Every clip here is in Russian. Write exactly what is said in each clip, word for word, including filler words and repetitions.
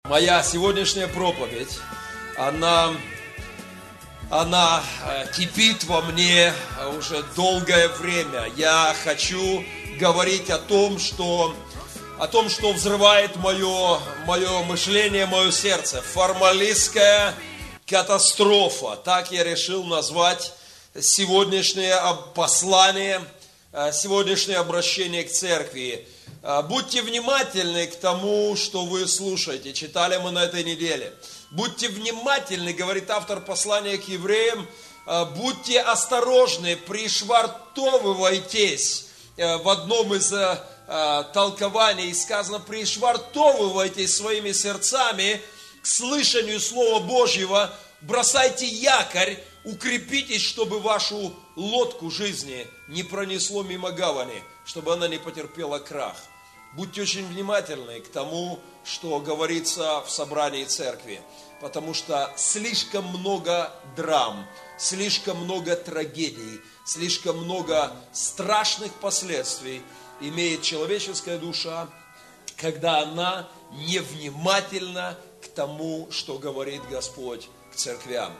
Моя сегодняшняя проповедь, она, она кипит во мне уже долгое время. Я хочу говорить о том, что, о том, что взрывает мое, мое мышление, мое сердце. Формалистская катастрофа. Так я решил назвать сегодняшнее послание, сегодняшнее обращение к церкви. Будьте внимательны к тому, что вы слушаете. Читали мы на этой неделе. Будьте внимательны, говорит автор послания к евреям, будьте осторожны, пришвартовывайтесь. В одном из толкований сказано, пришвартовывайтесь своими сердцами к слышанию Слова Божьего, бросайте якорь, укрепитесь, чтобы вашу лодку жизни не пронесло мимо гавани, чтобы она не потерпела крах. Будьте очень внимательны к тому, что говорится в собрании церкви, потому что слишком много драм, слишком много трагедий, слишком много страшных последствий имеет человеческая душа, когда она невнимательна к тому, что говорит Господь к церквям.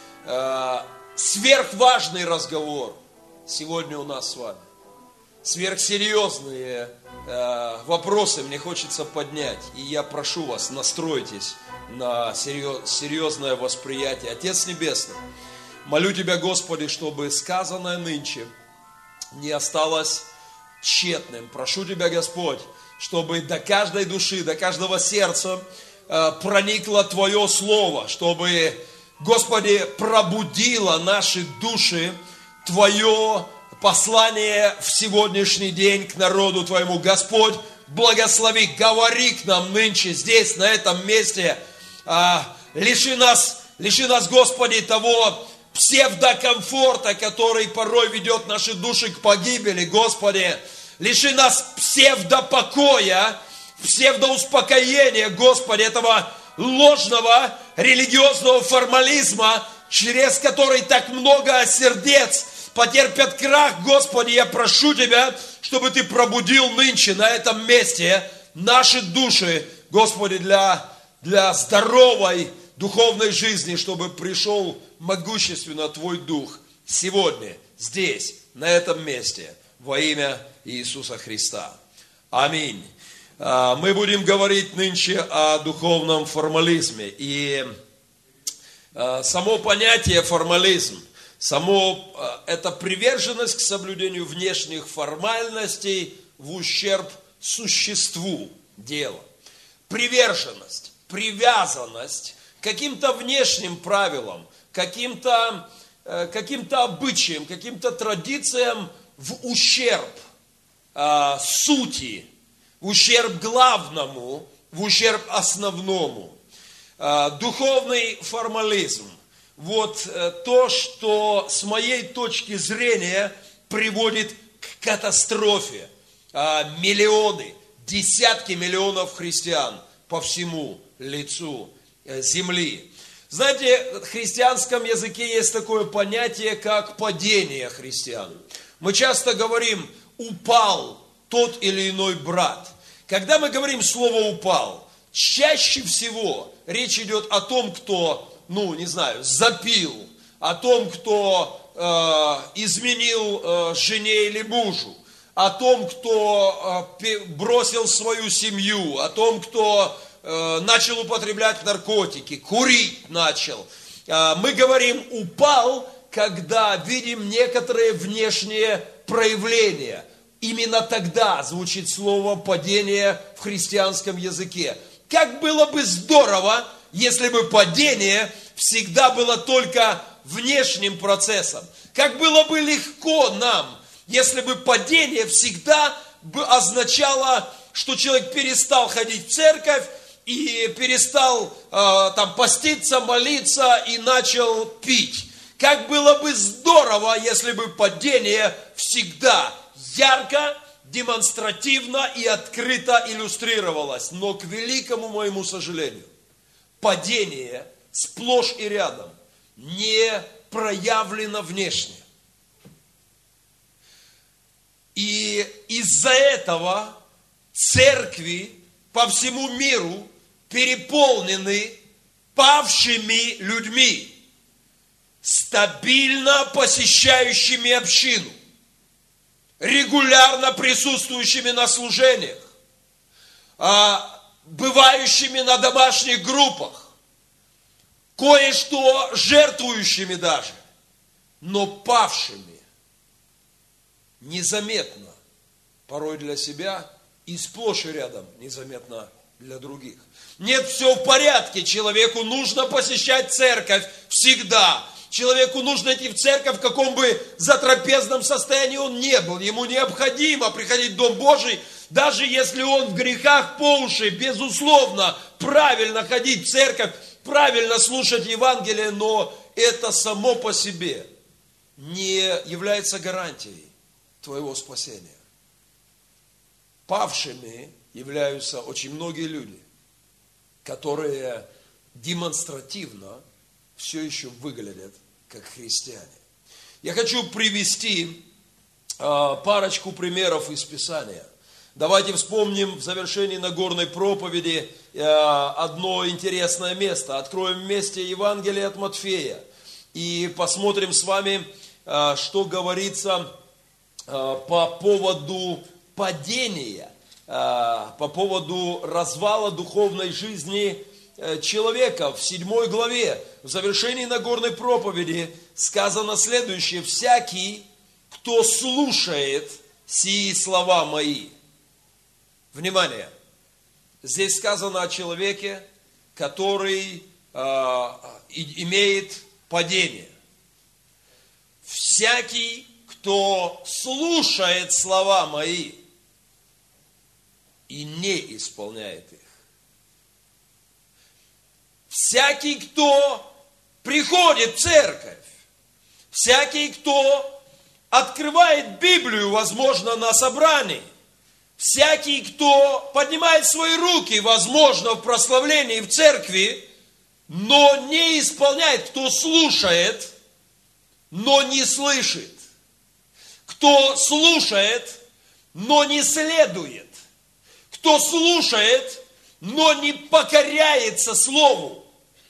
Сверхважный разговор сегодня у нас с вами. Сверхсерьезные э, вопросы мне хочется поднять. И я прошу вас, настройтесь на серьез, серьезное восприятие. Отец Небесный, молю Тебя, Господи, чтобы сказанное нынче не осталось тщетным. Прошу Тебя, Господь, чтобы до каждой души, до каждого сердца э, проникло Твое Слово, чтобы, Господи, пробудило наши души Твое послание в сегодняшний день к народу Твоему. Господь, благослови, говори к нам нынче, здесь, на этом месте. Лиши нас, лиши нас, Господи, того псевдокомфорта, который порой ведет наши души к погибели, Господи. Лиши нас псевдопокоя, псевдоуспокоения, Господи, этого ложного религиозного формализма, через который так много сердец потерпят крах. Господи, я прошу Тебя, чтобы Ты пробудил нынче на этом месте наши души, Господи, для, для здоровой духовной жизни, чтобы пришел могущественно Твой Дух сегодня, здесь, на этом месте, во имя Иисуса Христа. Аминь. Мы будем говорить нынче о духовном формализме. И само понятие формализм, само это приверженность к соблюдению внешних формальностей в ущерб существу дела. Приверженность, привязанность к каким-то внешним правилам, каким-то, каким-то обычаям, каким-то традициям в ущерб а, сути, в ущерб главному, в ущерб основному. А, духовный формализм. Вот то, что с моей точки зрения приводит к катастрофе. Миллионы, десятки миллионов христиан по всему лицу земли. Знаете, в христианском языке есть такое понятие, как падение христиан. Мы часто говорим «упал тот или иной брат». Когда мы говорим слово «упал», чаще всего речь идет о том, кто... ну, не знаю, запил, о том, кто э, изменил э, жене или мужу, о том, кто э, бросил свою семью, о том, кто э, начал употреблять наркотики, курить начал. Э, мы говорим «упал», когда видим некоторые внешние проявления. Именно тогда звучит слово «падение» в христианском языке. Как было бы здорово, если бы падение всегда было только внешним процессом. Как было бы легко нам, если бы падение всегда бы означало, что человек перестал ходить в церковь и перестал э, там поститься, молиться и начал пить. Как было бы здорово, если бы падение всегда ярко, демонстративно и открыто иллюстрировалось. Но, к великому моему сожалению, падение сплошь и рядом не проявлено внешне. И из-за этого церкви по всему миру переполнены павшими людьми, стабильно посещающими общину, регулярно присутствующими на служениях, бывающими на домашних группах, кое-что жертвующими даже, но павшими незаметно, порой для себя, и сплошь и рядом незаметно для других. Нет, все в порядке, человеку нужно посещать церковь всегда. Человеку нужно идти в церковь, в каком бы затрапезном состоянии он не был. Ему необходимо приходить в Дом Божий, даже если он в грехах по уши, безусловно, правильно ходить в церковь, правильно слушать Евангелие, но это само по себе не является гарантией твоего спасения. Павшими являются очень многие люди, которые демонстративно все еще выглядят как христиане. Я хочу привести э, парочку примеров из Писания. Давайте вспомним в завершении Нагорной проповеди э, одно интересное место. Откроем вместе Евангелие от Матфея и посмотрим с вами, э, что говорится э, по поводу падения, э, по поводу развала духовной жизни человека. В седьмой главе, в завершении Нагорной проповеди, сказано следующее: «Всякий, кто слушает сии слова мои». Внимание! Здесь сказано о человеке, который э, имеет падение. «Всякий, кто слушает слова мои и не исполняет их». Всякий, кто приходит в церковь, всякий, кто открывает Библию, возможно, на собрании, всякий, кто поднимает свои руки, возможно, в прославлении в церкви, но не исполняет, кто слушает, но не слышит, кто слушает, но не следует, кто слушает, но не покоряется Слову,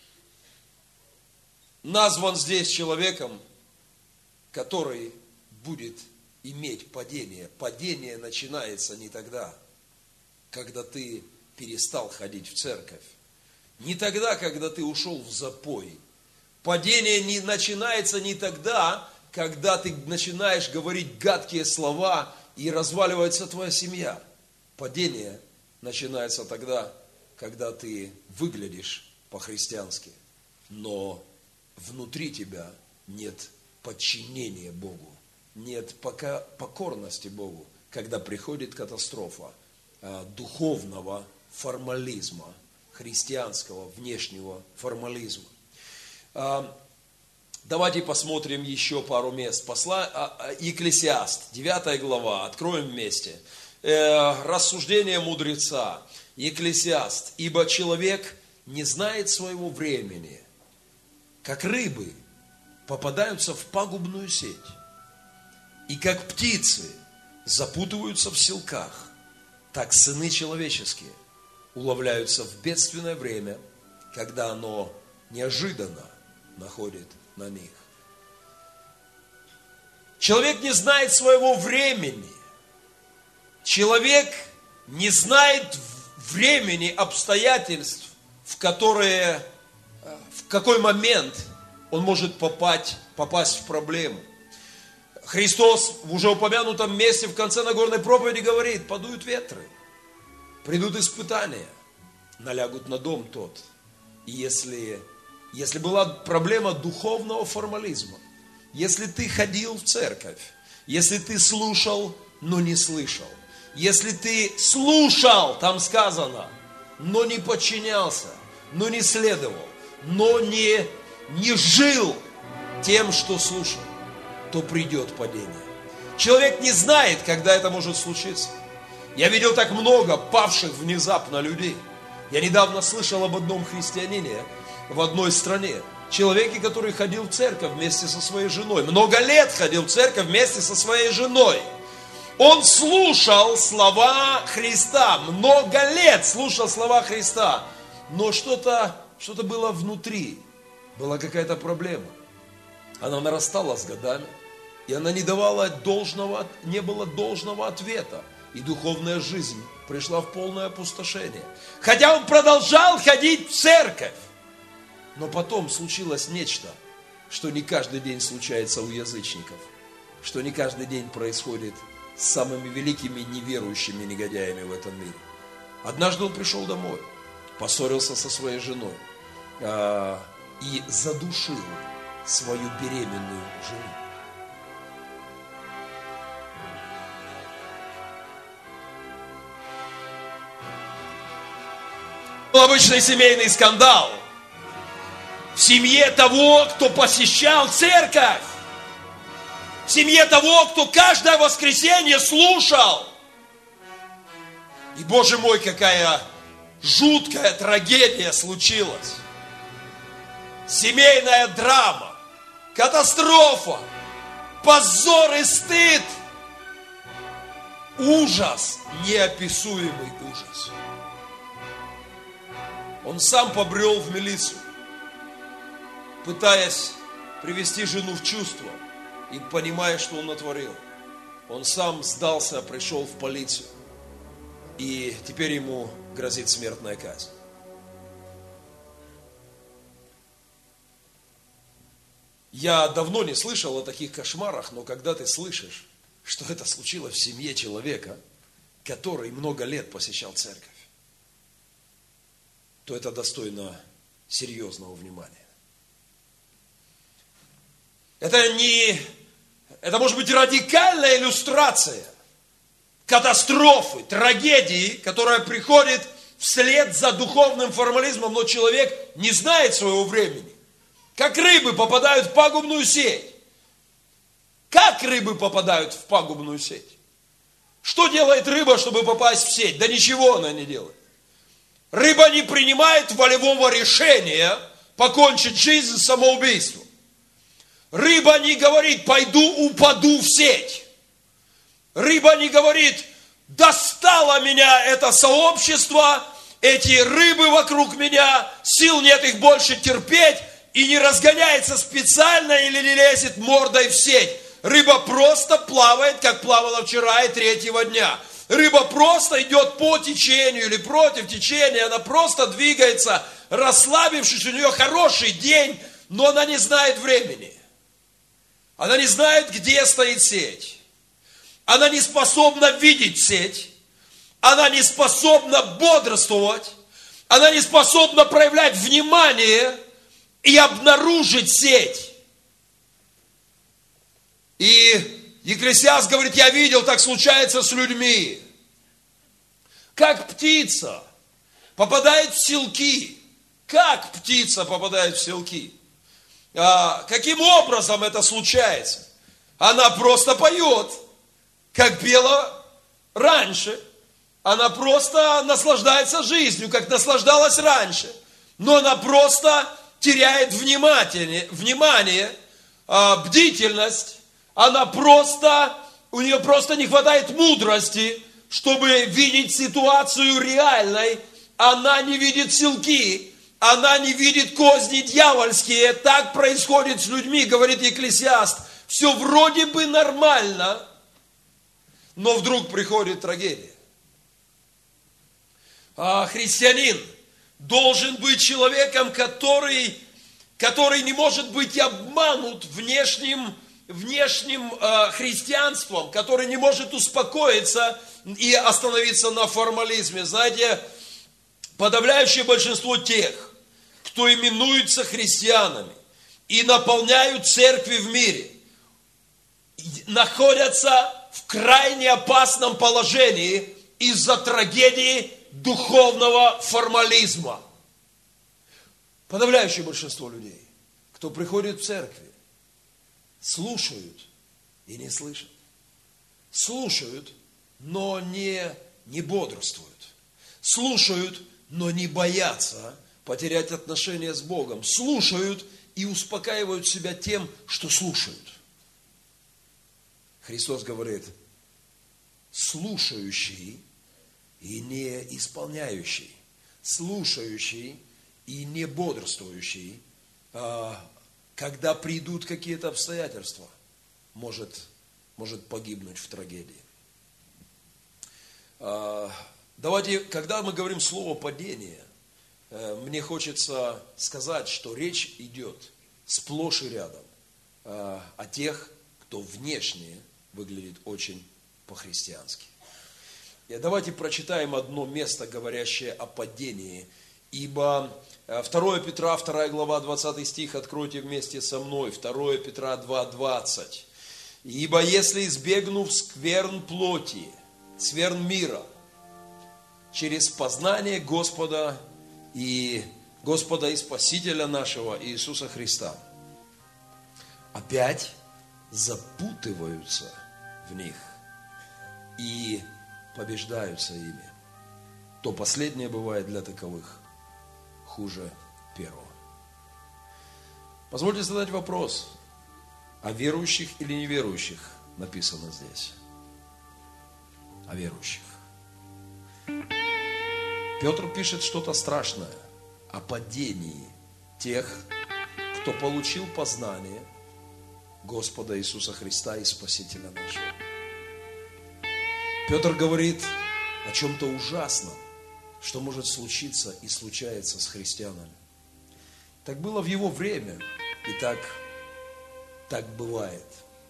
назван здесь человеком, который будет иметь падение. Падение начинается не тогда, когда ты перестал ходить в церковь, не тогда, когда ты ушел в запой. Падение не начинается не тогда, когда ты начинаешь говорить гадкие слова и разваливается твоя семья. Падение начинается тогда, когда ты выглядишь по-христиански, но внутри тебя нет подчинения Богу, нет пока покорности Богу, когда приходит катастрофа а, духовного формализма, христианского внешнего формализма. А, давайте посмотрим еще пару мест. Посла... а, Екклесиаст, девятая глава, откроем вместе. Э, рассуждение мудреца. Екклесиаст. «Ибо человек не знает своего времени, как рыбы попадаются в пагубную сеть, и как птицы запутываются в селках, так сыны человеческие уловляются в бедственное время, когда оно неожиданно находит на них». Человек не знает своего времени. Человек не знает времени, обстоятельств, в которые, в какой момент он может попасть, попасть в проблему. Христос в уже упомянутом месте в конце Нагорной проповеди говорит: подуют ветры, придут испытания, налягут на дом тот. И если, если была проблема духовного формализма, если ты ходил в церковь, если ты слушал, но не слышал, если ты слушал, там сказано, но не подчинялся, но не следовал, но не, не жил тем, что слушал, то придет падение. Человек не знает, когда это может случиться. Я видел так много павших внезапно людей. Я недавно слышал об одном христианине в одной стране. Человеке, который ходил в церковь вместе со своей женой. Много лет ходил в церковь вместе со своей женой. Он слушал слова Христа, много лет слушал слова Христа, но что-то, что-то было внутри, была какая-то проблема. Она нарастала с годами, и она не давала должного, не было должного ответа. И духовная жизнь пришла в полное опустошение. Хотя он продолжал ходить в церковь. Но потом случилось нечто, что не каждый день случается у язычников. Что не каждый день происходит с самыми великими неверующими негодяями в этом мире. Однажды он пришел домой, поссорился со своей женой э, и задушил свою беременную жену. Обычный семейный скандал в семье того, кто посещал церковь, в семье того, кто каждое воскресенье слушал. И, Боже мой, какая жуткая трагедия случилась. Семейная драма, катастрофа, позор и стыд, ужас, неописуемый ужас. Он сам побрел в милицию, пытаясь привести жену в чувство и понимая, что он натворил. Он сам сдался, пришел в полицию, и теперь ему грозит смертная казнь. Я давно не слышал о таких кошмарах, но когда ты слышишь, что это случилось в семье человека, который много лет посещал церковь, то это достойно серьезного внимания. Это не, это может быть радикальная иллюстрация катастрофы, трагедии, которая приходит вслед за духовным формализмом, но человек не знает своего времени. Как рыбы попадают в пагубную сеть. Как рыбы попадают в пагубную сеть? Что делает рыба, чтобы попасть в сеть? Да ничего она не делает. Рыба не принимает волевого решения покончить жизнь самоубийством. Рыба не говорит, пойду упаду в сеть. Рыба не говорит, достало меня это сообщество, эти рыбы вокруг меня, сил нет их больше терпеть, и не разгоняется специально или не лезет мордой в сеть. Рыба просто плавает, как плавала вчера и третьего дня. Рыба просто идет по течению или против течения, она просто двигается, расслабившись, у нее хороший день, но она не знает времени. Она не знает, где стоит сеть. Она не способна видеть сеть. Она не способна бодрствовать. Она не способна проявлять внимание и обнаружить сеть. И Екклесиаст говорит, я видел, так случается с людьми. Как птица попадает в селки. Как птица попадает в селки? А, каким образом это случается? Она просто поет, как пела раньше. Она просто наслаждается жизнью, как наслаждалась раньше. Но она просто теряет внимание, внимание, бдительность. Она просто, у нее просто не хватает мудрости, чтобы видеть ситуацию реальной. Она не видит селки, она не видит козни дьявольские. Так происходит с людьми, говорит Екклесиаст. Все вроде бы нормально, но вдруг приходит трагедия. А христианин должен быть человеком, который, который не может быть обманут внешним, внешним э, христианством, который не может успокоиться и остановиться на формализме. Знаете, подавляющее большинство тех, кто именуется христианами и наполняют церкви в мире, находятся в крайне опасном положении из-за трагедии духовного формализма. Подавляющее большинство людей, кто приходит в церкви, слушают и не слышат. Слушают, но не, не бодрствуют. Слушают, но не боятся потерять отношения с Богом. Слушают и успокаивают себя тем, что слушают. Христос говорит, слушающий и не исполняющий. слушающий и не бодрствующий, когда придут какие-то обстоятельства, может, может погибнуть в трагедии. Давайте, когда мы говорим слово «падение», мне хочется сказать, что речь идет сплошь и рядом о тех, кто внешне выглядит очень по-христиански. И давайте прочитаем одно место, говорящее о падении. Ибо второе Петра, вторая глава, двадцатый стих, откройте вместе со мной. второе Петра два, двадцать. Ибо если, избегнув скверн плоти, скверн мира, через познание Господа и Господа и Спасителя нашего Иисуса Христа, опять запутываются в них и побеждаются ими, то последнее бывает для таковых хуже первого. Позвольте задать вопрос: о верующих или неверующих написано здесь? О верующих. Петр пишет что-то страшное о падении тех, кто получил познание Господа Иисуса Христа и Спасителя нашего. Петр говорит о чем-то ужасном, что может случиться и случается с христианами. Так было в его время, и так, так бывает.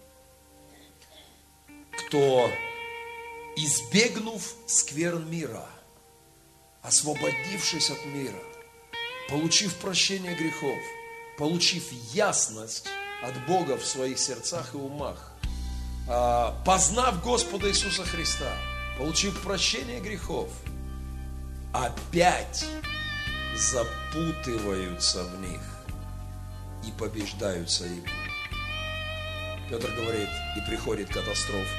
Кто, избегнув скверн мира, освободившись от мира, получив прощение грехов, получив ясность от Бога в своих сердцах и умах, познав Господа Иисуса Христа, получив прощение грехов, опять запутываются в них и побеждаются им. Петр говорит, и приходит катастрофа.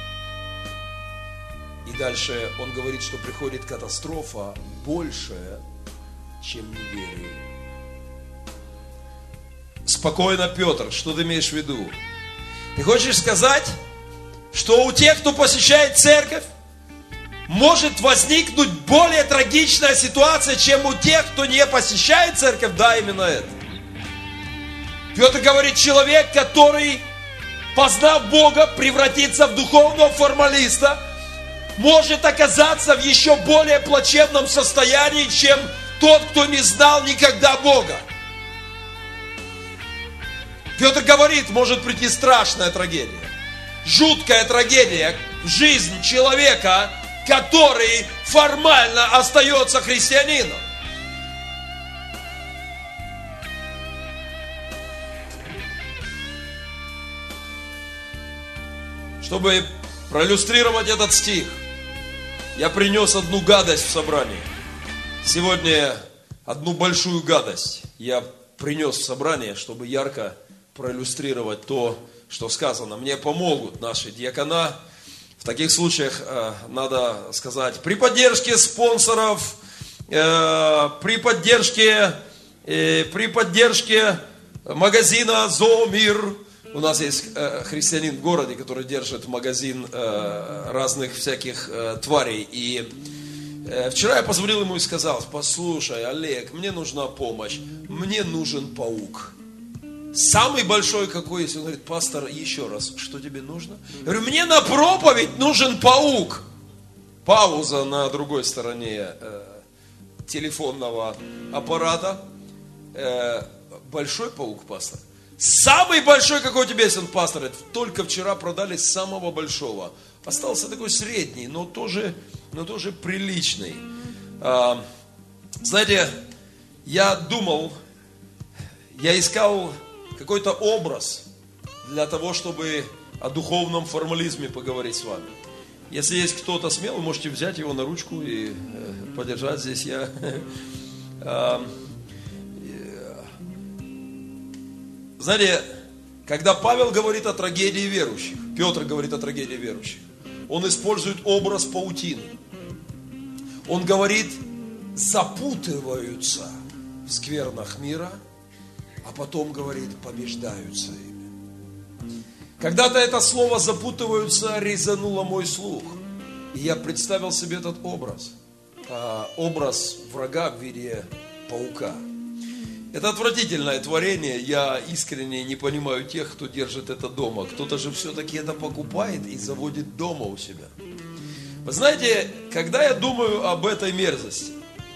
И дальше он говорит, что приходит катастрофа большая, чем неверие. Спокойно, Петр, что ты имеешь в виду? Ты хочешь сказать, что у тех, кто посещает церковь, может возникнуть более трагичная ситуация, чем у тех, кто не посещает церковь? Да, именно это. Петр говорит, человек, который, познав Бога, превратится в духовного формалиста, может оказаться в еще более плачевном состоянии, чем тот, кто не знал никогда Бога. Петр говорит, может прийти страшная трагедия, жуткая трагедия в жизнь человека, который формально остается христианином. Чтобы проиллюстрировать этот стих, я принес одну гадость в собрание. Сегодня одну большую гадость я принес в собрание, чтобы ярко проиллюстрировать то, что сказано. Мне помогут наши диакона. В таких случаях э, надо сказать, при поддержке спонсоров, э, при поддержке, э, при поддержке магазина «Зоомир». У нас есть э, христианин в городе, который держит магазин э, разных всяких э, тварей. И э, вчера я позвонил ему и сказал, послушай, Олег, мне нужна помощь, мне нужен паук. Самый большой какой есть? Он говорит, пастор, еще раз, что тебе нужно? Я говорю, мне на проповедь нужен паук. Пауза на другой стороне э, телефонного аппарата. Э, большой паук, пастор? Самый большой, какой у тебя есть, он, пастор? Это только вчера продали самого большого. Остался такой средний, но тоже, но тоже приличный. А, знаете, я думал, я искал какой-то образ для того, чтобы о духовном формализме поговорить с вами. Если есть кто-то смелый, можете взять его на ручку и подержать здесь. Я... Знаете, когда Павел говорит о трагедии верующих, Петр говорит о трагедии верующих, он использует образ паутины. Он говорит, запутываются в сквернах мира, а потом говорит, побеждаются ими. Когда-то это слово «запутываются» резануло мой слух. И я представил себе этот образ. образ врага в виде паука. Это отвратительное творение. Я искренне не понимаю тех, кто держит это дома. Кто-то же все-таки это покупает и заводит дома у себя. Вы знаете, когда я думаю об этой мерзости,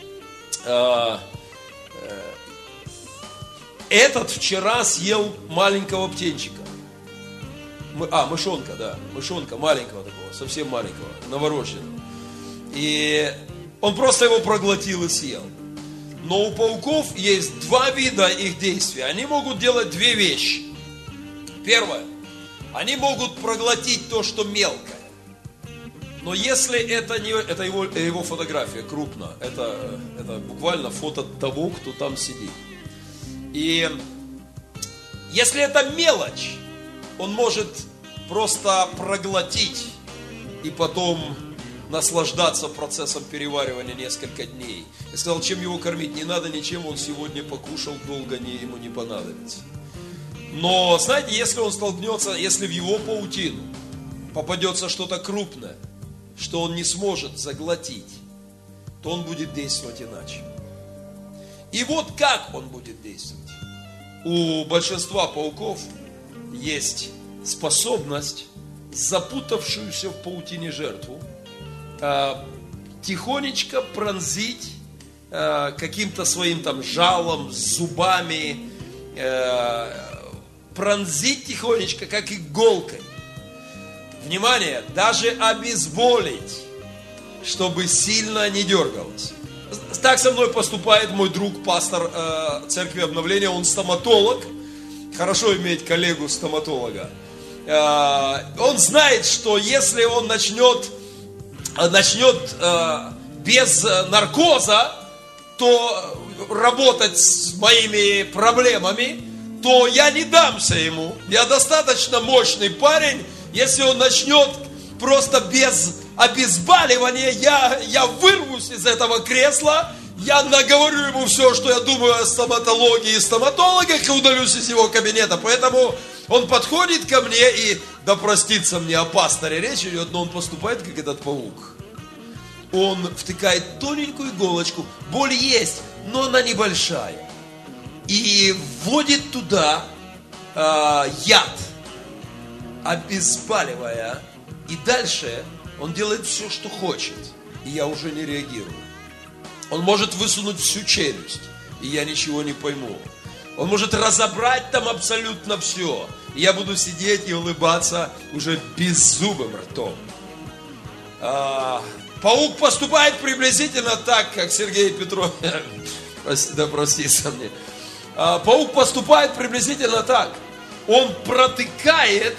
этот вчера съел маленького птенчика. А, мышонка, да. Мышонка маленького такого, совсем маленького, новорожденного. И он просто его проглотил и съел. Но у пауков есть два вида их действий. Они могут делать две вещи. Первое. Они могут проглотить то, что мелкое. Но если это не... Это его, его фотография крупно. Это, это буквально фото того, кто там сидит. И если это мелочь, он может просто проглотить и потом наслаждаться процессом переваривания несколько дней. Я сказал, чем его кормить не надо, ничем, он сегодня покушал, долго не, ему не понадобится. Но, знаете, если он столкнется, если в его паутину попадется что-то крупное, что он не сможет заглотить, то он будет действовать иначе. И вот как он будет действовать. У большинства пауков есть способность запутавшуюся в паутине жертву тихонечко пронзить каким-то своим там жалом, зубами, пронзить тихонечко, как иголкой. Внимание, даже обезболить, чтобы сильно не дергалось. Так со мной поступает мой друг, пастор э, церкви обновления, он стоматолог, хорошо иметь коллегу стоматолога. Э, он знает, что если он начнет, начнет э, без наркоза, то работать с моими проблемами, то я не дамся ему. Я достаточно мощный парень, если он начнет просто без обезболивания, я, я вырвусь из этого кресла, я наговорю ему все, что я думаю о стоматологии и стоматологах, и удалюсь из его кабинета. Поэтому он подходит ко мне и, да простится мне, о пасторе речь идет, но он поступает, как этот паук. Он втыкает тоненькую иголочку, боль есть, но она небольшая, и вводит туда э, яд, обезболивая, и дальше он делает все, что хочет, и я уже не реагирую. Он может высунуть всю челюсть, и я ничего не пойму. Он может разобрать там абсолютно все, и я буду сидеть и улыбаться уже беззубым ртом. А, паук поступает приблизительно так, как Сергей Петров, прости, да простится мне. А, паук поступает приблизительно так. Он протыкает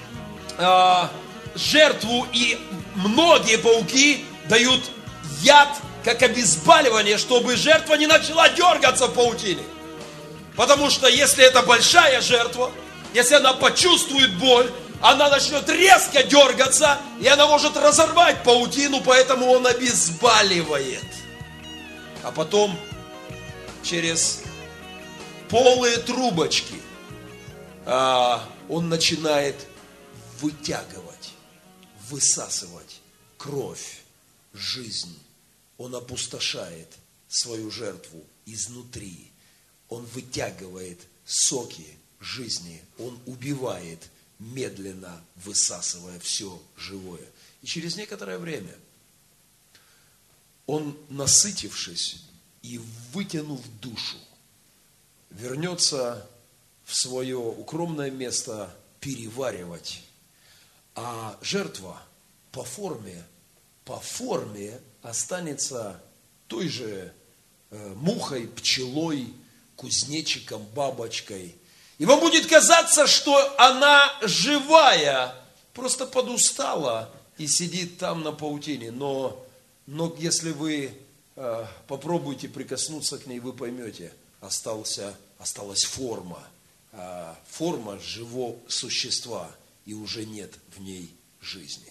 а, жертву, и многие пауки дают яд как обезболивание, чтобы жертва не начала дергаться в паутине. Потому что если это большая жертва, если она почувствует боль, она начнет резко дергаться, и она может разорвать паутину, поэтому он обезболивает. А потом через полые трубочки а, он начинает вытягивать, высасывать кровь, жизнь. Он опустошает свою жертву изнутри. Он вытягивает соки жизни. Он убивает, медленно высасывая все живое. И через некоторое время он, насытившись и вытянув душу, вернется в свое укромное место переваривать. А жертва по форме, по форме останется той же э, мухой, пчелой, кузнечиком, бабочкой. И вам будет казаться, что она живая, просто подустала и сидит там на паутине. Но, но если вы э, попробуете прикоснуться к ней, вы поймете, остался, осталась форма, э, форма живого существа, и уже нет в ней жизни.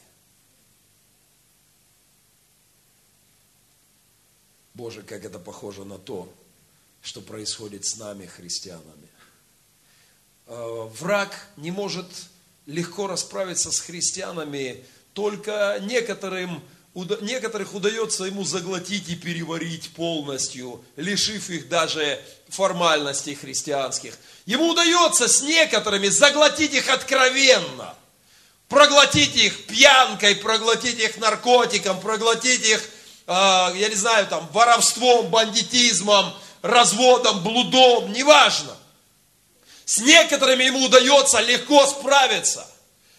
Боже, как это похоже на то, что происходит с нами, христианами. Враг не может легко расправиться с христианами только некоторым некоторых удается ему заглотить и переварить полностью, лишив их даже формальностей христианских. Ему удается с некоторыми заглотить их откровенно, проглотить их пьянкой, проглотить их наркотиком, проглотить их, э, я не знаю, там, воровством, бандитизмом, разводом, блудом, неважно. С некоторыми ему удается легко справиться.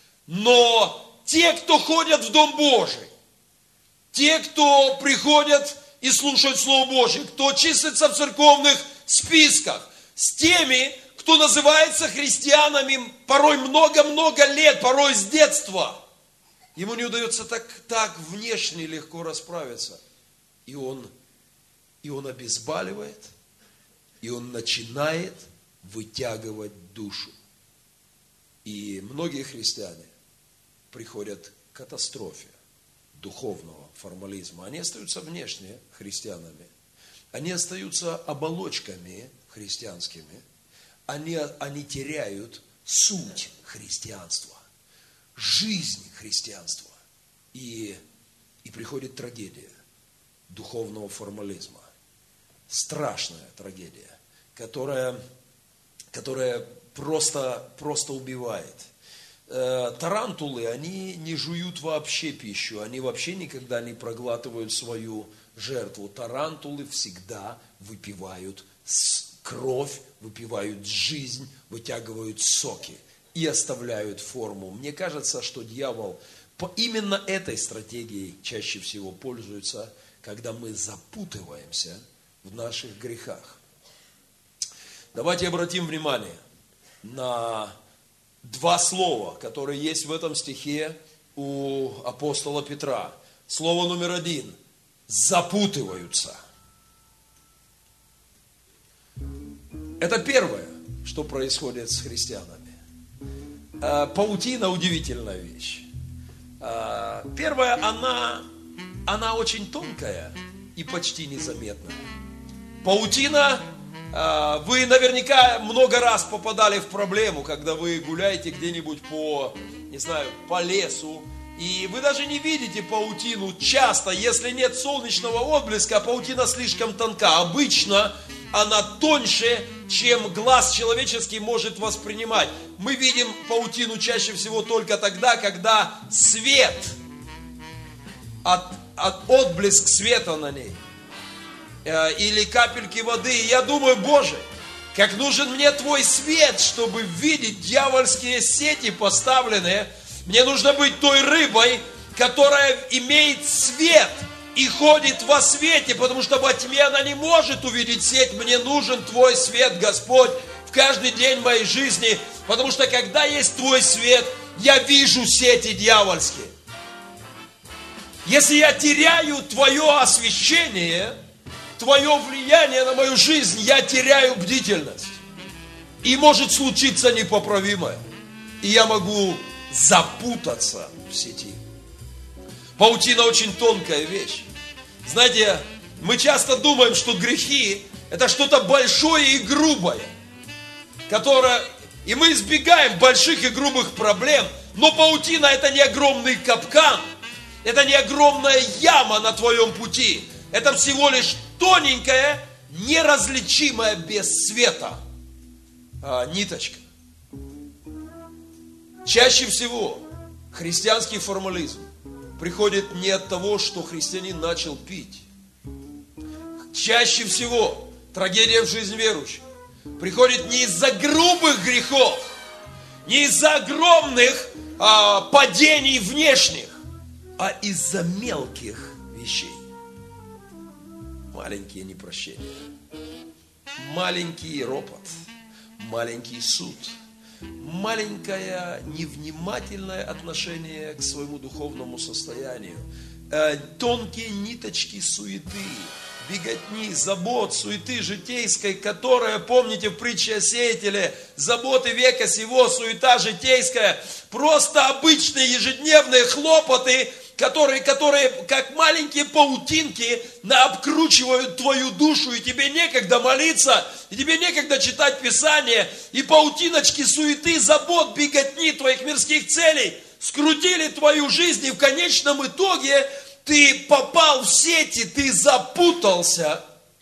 Но те, кто ходят в Дом Божий, те, кто приходят и слушают Слово Божие, кто числится в церковных списках, с теми, кто называется христианами порой много-много лет, порой с детства, ему не удается так, так внешне легко расправиться. И он, и он обезболивает, и он начинает вытягивать душу. И многие христиане приходят к катастрофе духовного формализма. Они остаются внешне христианами. Они остаются оболочками христианскими. Они, они теряют суть христианства, жизнь христианства. И, и приходит трагедия духовного формализма. Страшная трагедия, которая, которая просто, просто убивает. Тарантулы, они не жуют вообще пищу, они вообще никогда не проглатывают свою жертву. Тарантулы всегда выпивают кровь, выпивают жизнь, вытягивают соки и оставляют форму. Мне кажется, что дьявол по именно этой стратегией чаще всего пользуется, когда мы запутываемся в наших грехах. Давайте обратим внимание на два слова, которые есть в этом стихе у апостола Петра. Слово номер один – запутываются. Это первое, что происходит с христианами. Паутина – удивительная вещь. Первое, она, она очень тонкая и почти незаметная. Паутина. Вы наверняка много раз попадали в проблему, когда вы гуляете где-нибудь по, не знаю, по лесу, и вы даже не видите паутину часто, если нет солнечного отблеска, паутина слишком тонка. Обычно она тоньше, чем глаз человеческий может воспринимать. Мы видим паутину чаще всего только тогда, когда свет, от, от, отблеск света на ней, или капельки воды. И я думаю, Боже, как нужен мне Твой свет, чтобы видеть дьявольские сети поставленные. Мне нужно быть той рыбой, которая имеет свет и ходит во свете, потому что во тьме она не может увидеть сеть. Мне нужен Твой свет, Господь, в каждый день моей жизни, потому что когда есть Твой свет, я вижу сети дьявольские. Если я теряю Твое освещение, Твое влияние на мою жизнь, я теряю бдительность. И может случиться непоправимое. И я могу запутаться в сети. Паутина очень тонкая вещь. Знаете, мы часто думаем, что грехи – это что-то большое и грубое, которое... И мы избегаем больших и грубых проблем. Но паутина – это не огромный капкан. Это не огромная яма на твоем пути. Это всего лишь тоненькая, неразличимая без света а, ниточка. Чаще всего христианский формализм приходит не от того, что христианин начал пить. Чаще всего трагедия в жизни верующих приходит не из-за грубых грехов, не из-за огромных а, падений внешних, а из-за мелких вещей. Маленькие непрощения, маленький ропот, маленький суд, маленькое невнимательное отношение к своему духовному состоянию, тонкие ниточки суеты, беготни, забот, суеты житейской, которая, помните в притче о сеятеле, заботы века сего, суета житейская, просто обычные ежедневные хлопоты, которые, которые как маленькие паутинки обкручивают твою душу, и тебе некогда молиться, и тебе некогда читать Писание, и паутиночки суеты, забот, беготни твоих мирских целей скрутили твою жизнь, и в конечном итоге Ты попал в сети, ты запутался.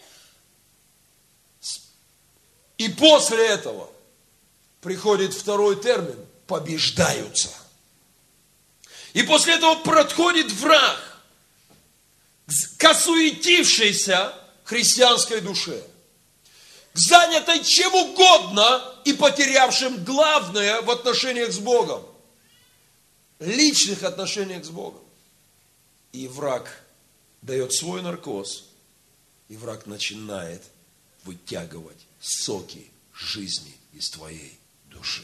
И после этого приходит второй термин – побеждаются. И после этого подходит враг к осуетившейся христианской душе, к занятой чем угодно и потерявшим главное в отношениях с Богом, личных отношениях с Богом. И враг дает свой наркоз, и враг начинает вытягивать соки жизни из твоей души.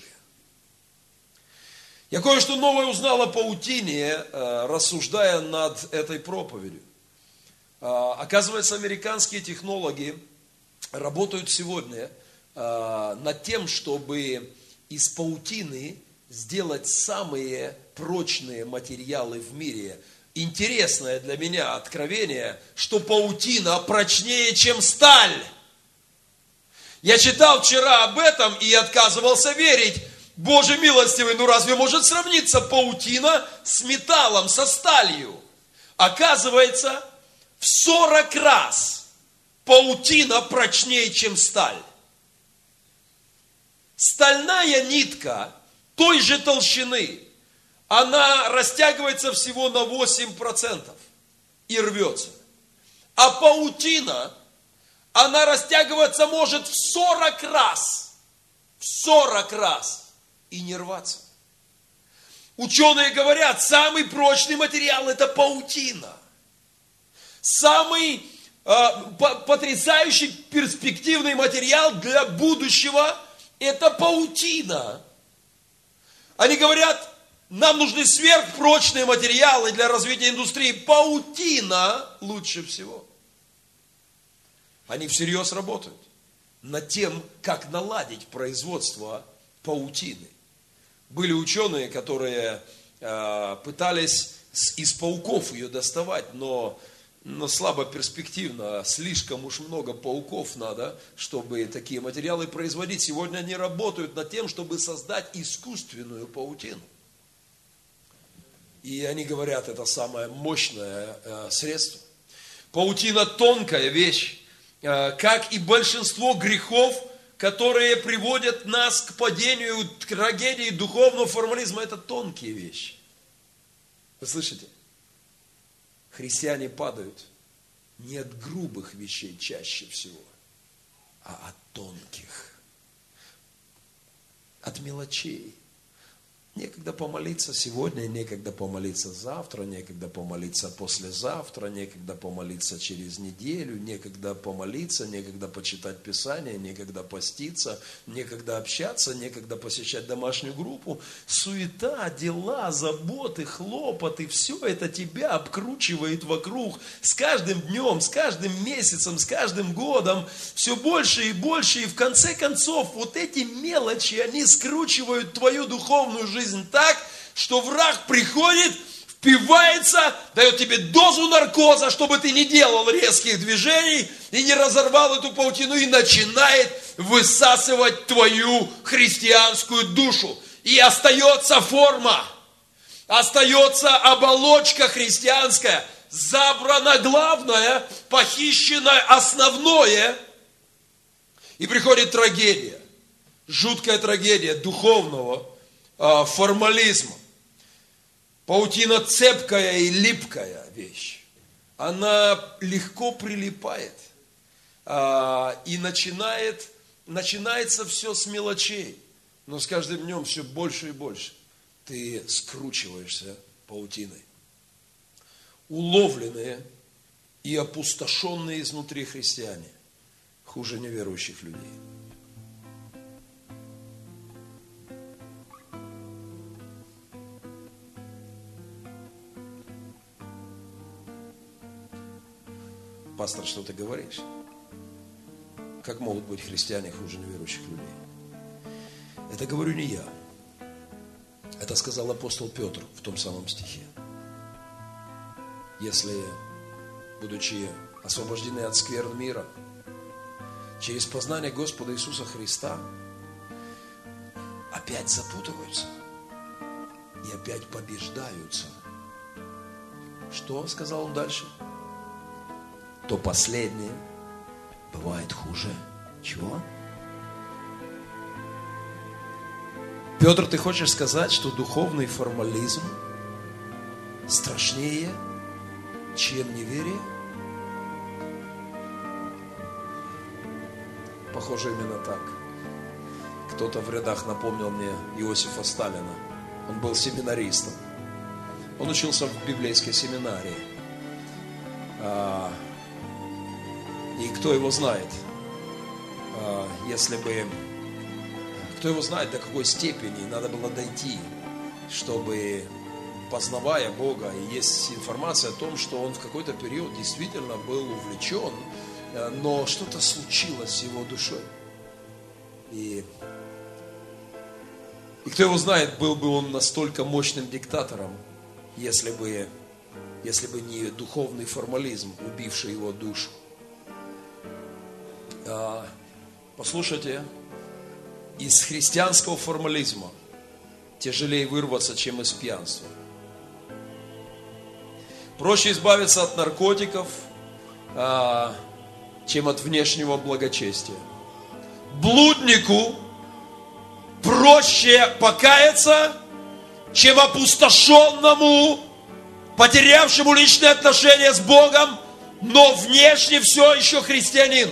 Я кое-что новое узнал о паутине, рассуждая над этой проповедью. Оказывается, американские технологи работают сегодня над тем, чтобы из паутины сделать самые прочные материалы в мире. Интересное для меня откровение, что паутина прочнее, чем сталь. Я читал вчера об этом и отказывался верить. Боже милостивый, ну разве может сравниться паутина с металлом, со сталью? Оказывается, в сорок раз паутина прочнее, чем сталь. Стальная нитка той же толщины, она растягивается всего на восемь процентов и рвется. А паутина, она растягиваться может в сорок раз. В сорок раз. И не рваться. Ученые говорят, самый прочный материал – это паутина. Самый э, потрясающий перспективный материал для будущего – это паутина. Они говорят, нам нужны сверхпрочные материалы для развития индустрии. Паутина лучше всего. Они всерьез работают над тем, как наладить производство паутины. Были ученые, которые э, пытались с, из пауков ее доставать, но, но слабо перспективно, слишком уж много пауков надо, чтобы такие материалы производить. Сегодня они работают над тем, чтобы создать искусственную паутину. И они говорят, это самое мощное э, средство. Паутина тонкая вещь, э, как и большинство грехов, которые приводят нас к падению, к трагедии духовного формализма. Это тонкие вещи. Вы слышите? Христиане падают не от грубых вещей чаще всего, а от тонких, от мелочей. Некогда помолиться сегодня, некогда помолиться завтра, некогда помолиться послезавтра, некогда помолиться через неделю, некогда помолиться, некогда почитать Писание, некогда поститься, некогда общаться, некогда посещать домашнюю группу. Суета, дела, заботы, хлопоты, все это тебя обкручивает вокруг. С каждым днем, с каждым месяцем, с каждым годом все больше и больше. И в конце концов, вот эти мелочи, они скручивают твою духовную жизнь так, что враг приходит, впивается, дает тебе дозу наркоза, чтобы ты не делал резких движений и не разорвал эту паутину, и начинает высасывать твою христианскую душу. И остается форма, остается оболочка христианская, забрано главное, похищено основное, и приходит трагедия, жуткая трагедия духовного формализма. Паутина цепкая и липкая вещь. Она легко прилипает. И начинает, начинается все с мелочей. Но с каждым днем все больше и больше. Ты скручиваешься паутиной. Уловленные и опустошенные изнутри христиане хуже неверующих людей. Пастор, что ты говоришь? Как могут быть христиане хуже неверующих людей? Это говорю не я. Это сказал апостол Петр в том самом стихе. Если, будучи освобождены от скверн мира, через познание Господа Иисуса Христа, опять запутываются и опять побеждаются, что сказал он дальше? То последнее бывает хуже. Чего? Петр, ты хочешь сказать, что духовный формализм страшнее, чем неверие? Похоже, именно так. Кто-то в рядах напомнил мне Иосифа Сталина. Он был семинаристом. Он учился в библейской семинарии. И кто его знает, если бы... Кто его знает, до какой степени надо было дойти, чтобы, познавая Бога, и есть информация о том, что он в какой-то период действительно был увлечен, но что-то случилось с его душой. И, и кто его знает, был бы он настолько мощным диктатором, если бы, если бы не духовный формализм, убивший его душу. А, послушайте, из христианского формализма тяжелее вырваться, чем из пьянства. Проще избавиться от наркотиков, а, чем от внешнего благочестия. Блуднику проще покаяться, чем опустошенному, потерявшему личные отношения с Богом, но внешне все еще христианин.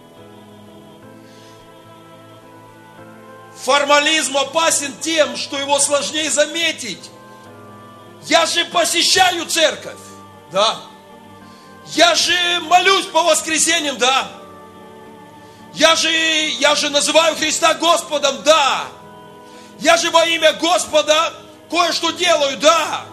Формализм опасен тем, что его сложнее заметить. Я же посещаю церковь, да. Я же молюсь по воскресеньям, да. Я же, я же называю Христа Господом, да. Я же во имя Господа кое-что делаю, да.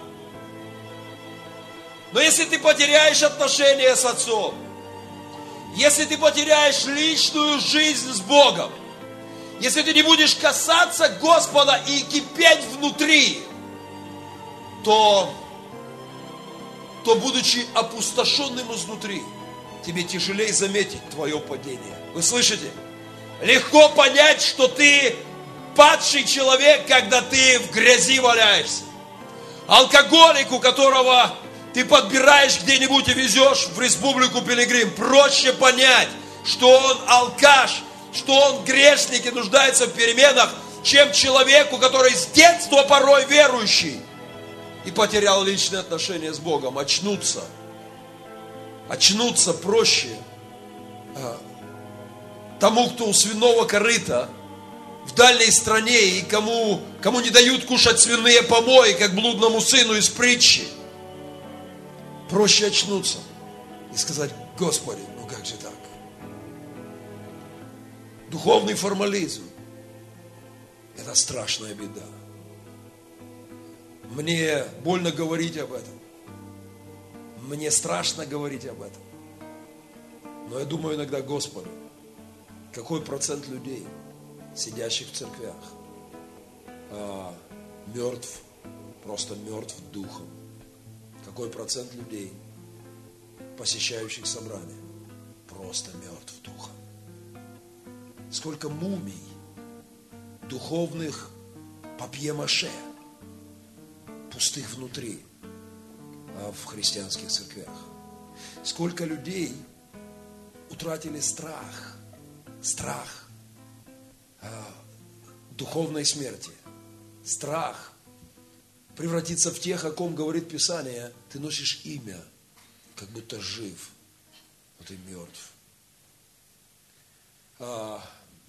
Но если ты потеряешь отношения с Отцом, если ты потеряешь личную жизнь с Богом, если ты не будешь касаться Господа и кипеть внутри, то, то будучи опустошенным изнутри, тебе тяжелее заметить твое падение. Вы слышите? Легко понять, что ты падший человек, когда ты в грязи валяешься. Алкоголик, у которого ты подбираешь где-нибудь и везешь в республику Пилигрим, проще понять, что он алкаш, что он грешник и нуждается в переменах, чем человеку, который с детства порой верующий и потерял личные отношения с Богом. Очнуться. Очнуться проще тому, кто у свиного корыта в дальней стране и кому, кому не дают кушать свиные помои, как блудному сыну из притчи. Проще очнуться и сказать: Господи, ну как же так? Духовный формализм – это страшная беда. Мне больно говорить об этом. Мне страшно говорить об этом. Но я думаю иногда: Господи, какой процент людей, сидящих в церквях, а, мертв, просто мертв духом? Какой процент людей, посещающих собрания, просто мертв духом? Сколько мумий, духовных папье-маше, пустых внутри, а в христианских церквях. Сколько людей утратили страх, страх а, духовной смерти, страх превратиться в тех, о ком говорит Писание: ты носишь имя, как будто жив, но ты мертв. А,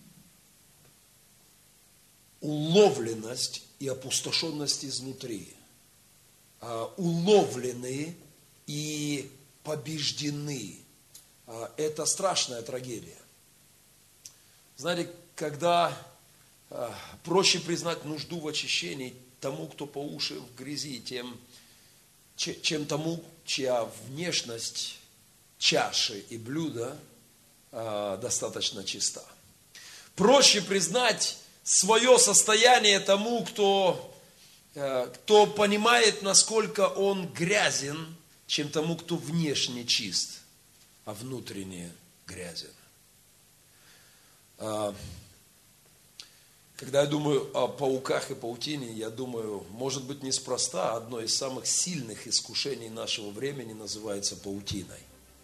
уловленность и опустошенность изнутри, а, уловлены и побеждены. А, это страшная трагедия. Знаете, когда а, проще признать нужду в очищении тому, кто по уши в грязи, тем, чем тому, чья внешность чаши и блюда а, достаточно чиста. Проще признать свое состояние тому, кто, кто понимает, насколько он грязен, чем тому, кто внешне чист, а внутренне грязен. Когда я думаю о пауках и паутине, я думаю, может быть, неспроста одно из самых сильных искушений нашего времени называется паутиной.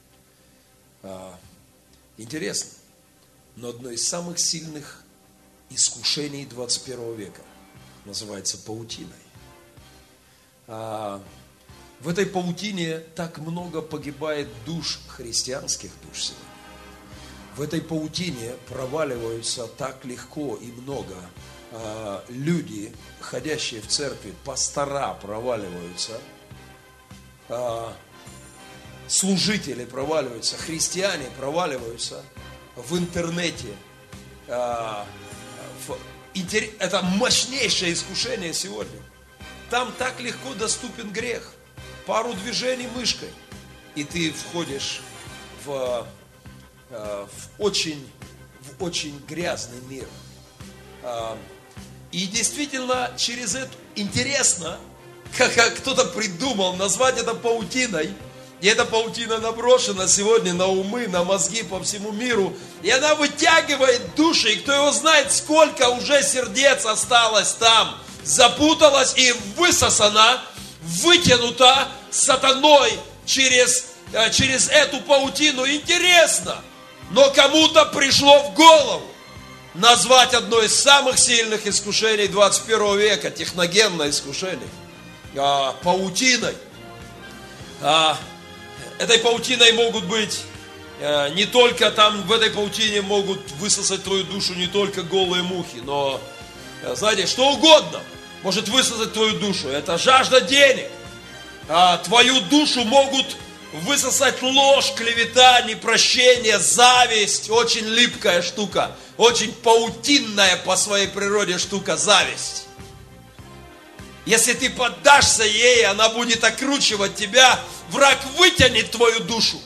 Интересно, но одно из самых сильных искушений двадцать первого века называется паутиной. В этой паутине так много погибает душ, христианских душ сегодня. В этой паутине проваливаются так легко и много э, люди, ходящие в церкви, пастора проваливаются, э, служители проваливаются, христиане проваливаются в интернете. Э, в, интер, это мощнейшее искушение сегодня. Там так легко доступен грех. Пару движений мышкой, и ты входишь в... В очень, в очень грязный мир. И действительно, через это интересно, как кто-то придумал назвать это паутиной. И эта паутина наброшена сегодня на умы, на мозги по всему миру. И она вытягивает души. И кто его знает, сколько уже сердец осталось там. Запуталась и высосана, вытянута сатаной через, через эту паутину. Интересно. Но кому-то пришло в голову назвать одно из самых сильных искушений двадцать первого века, техногенное искушение, паутиной. Этой паутиной могут быть не только там, в этой паутине могут высосать твою душу не только голые мухи, но, знаете, что угодно может высосать твою душу. Это жажда денег. Твою душу могут высосать ложь, клевета, непрощение, зависть. Очень липкая штука. Очень паутинная по своей природе штука зависть. Если ты поддашься ей, она будет окручивать тебя. Враг вытянет твою душу.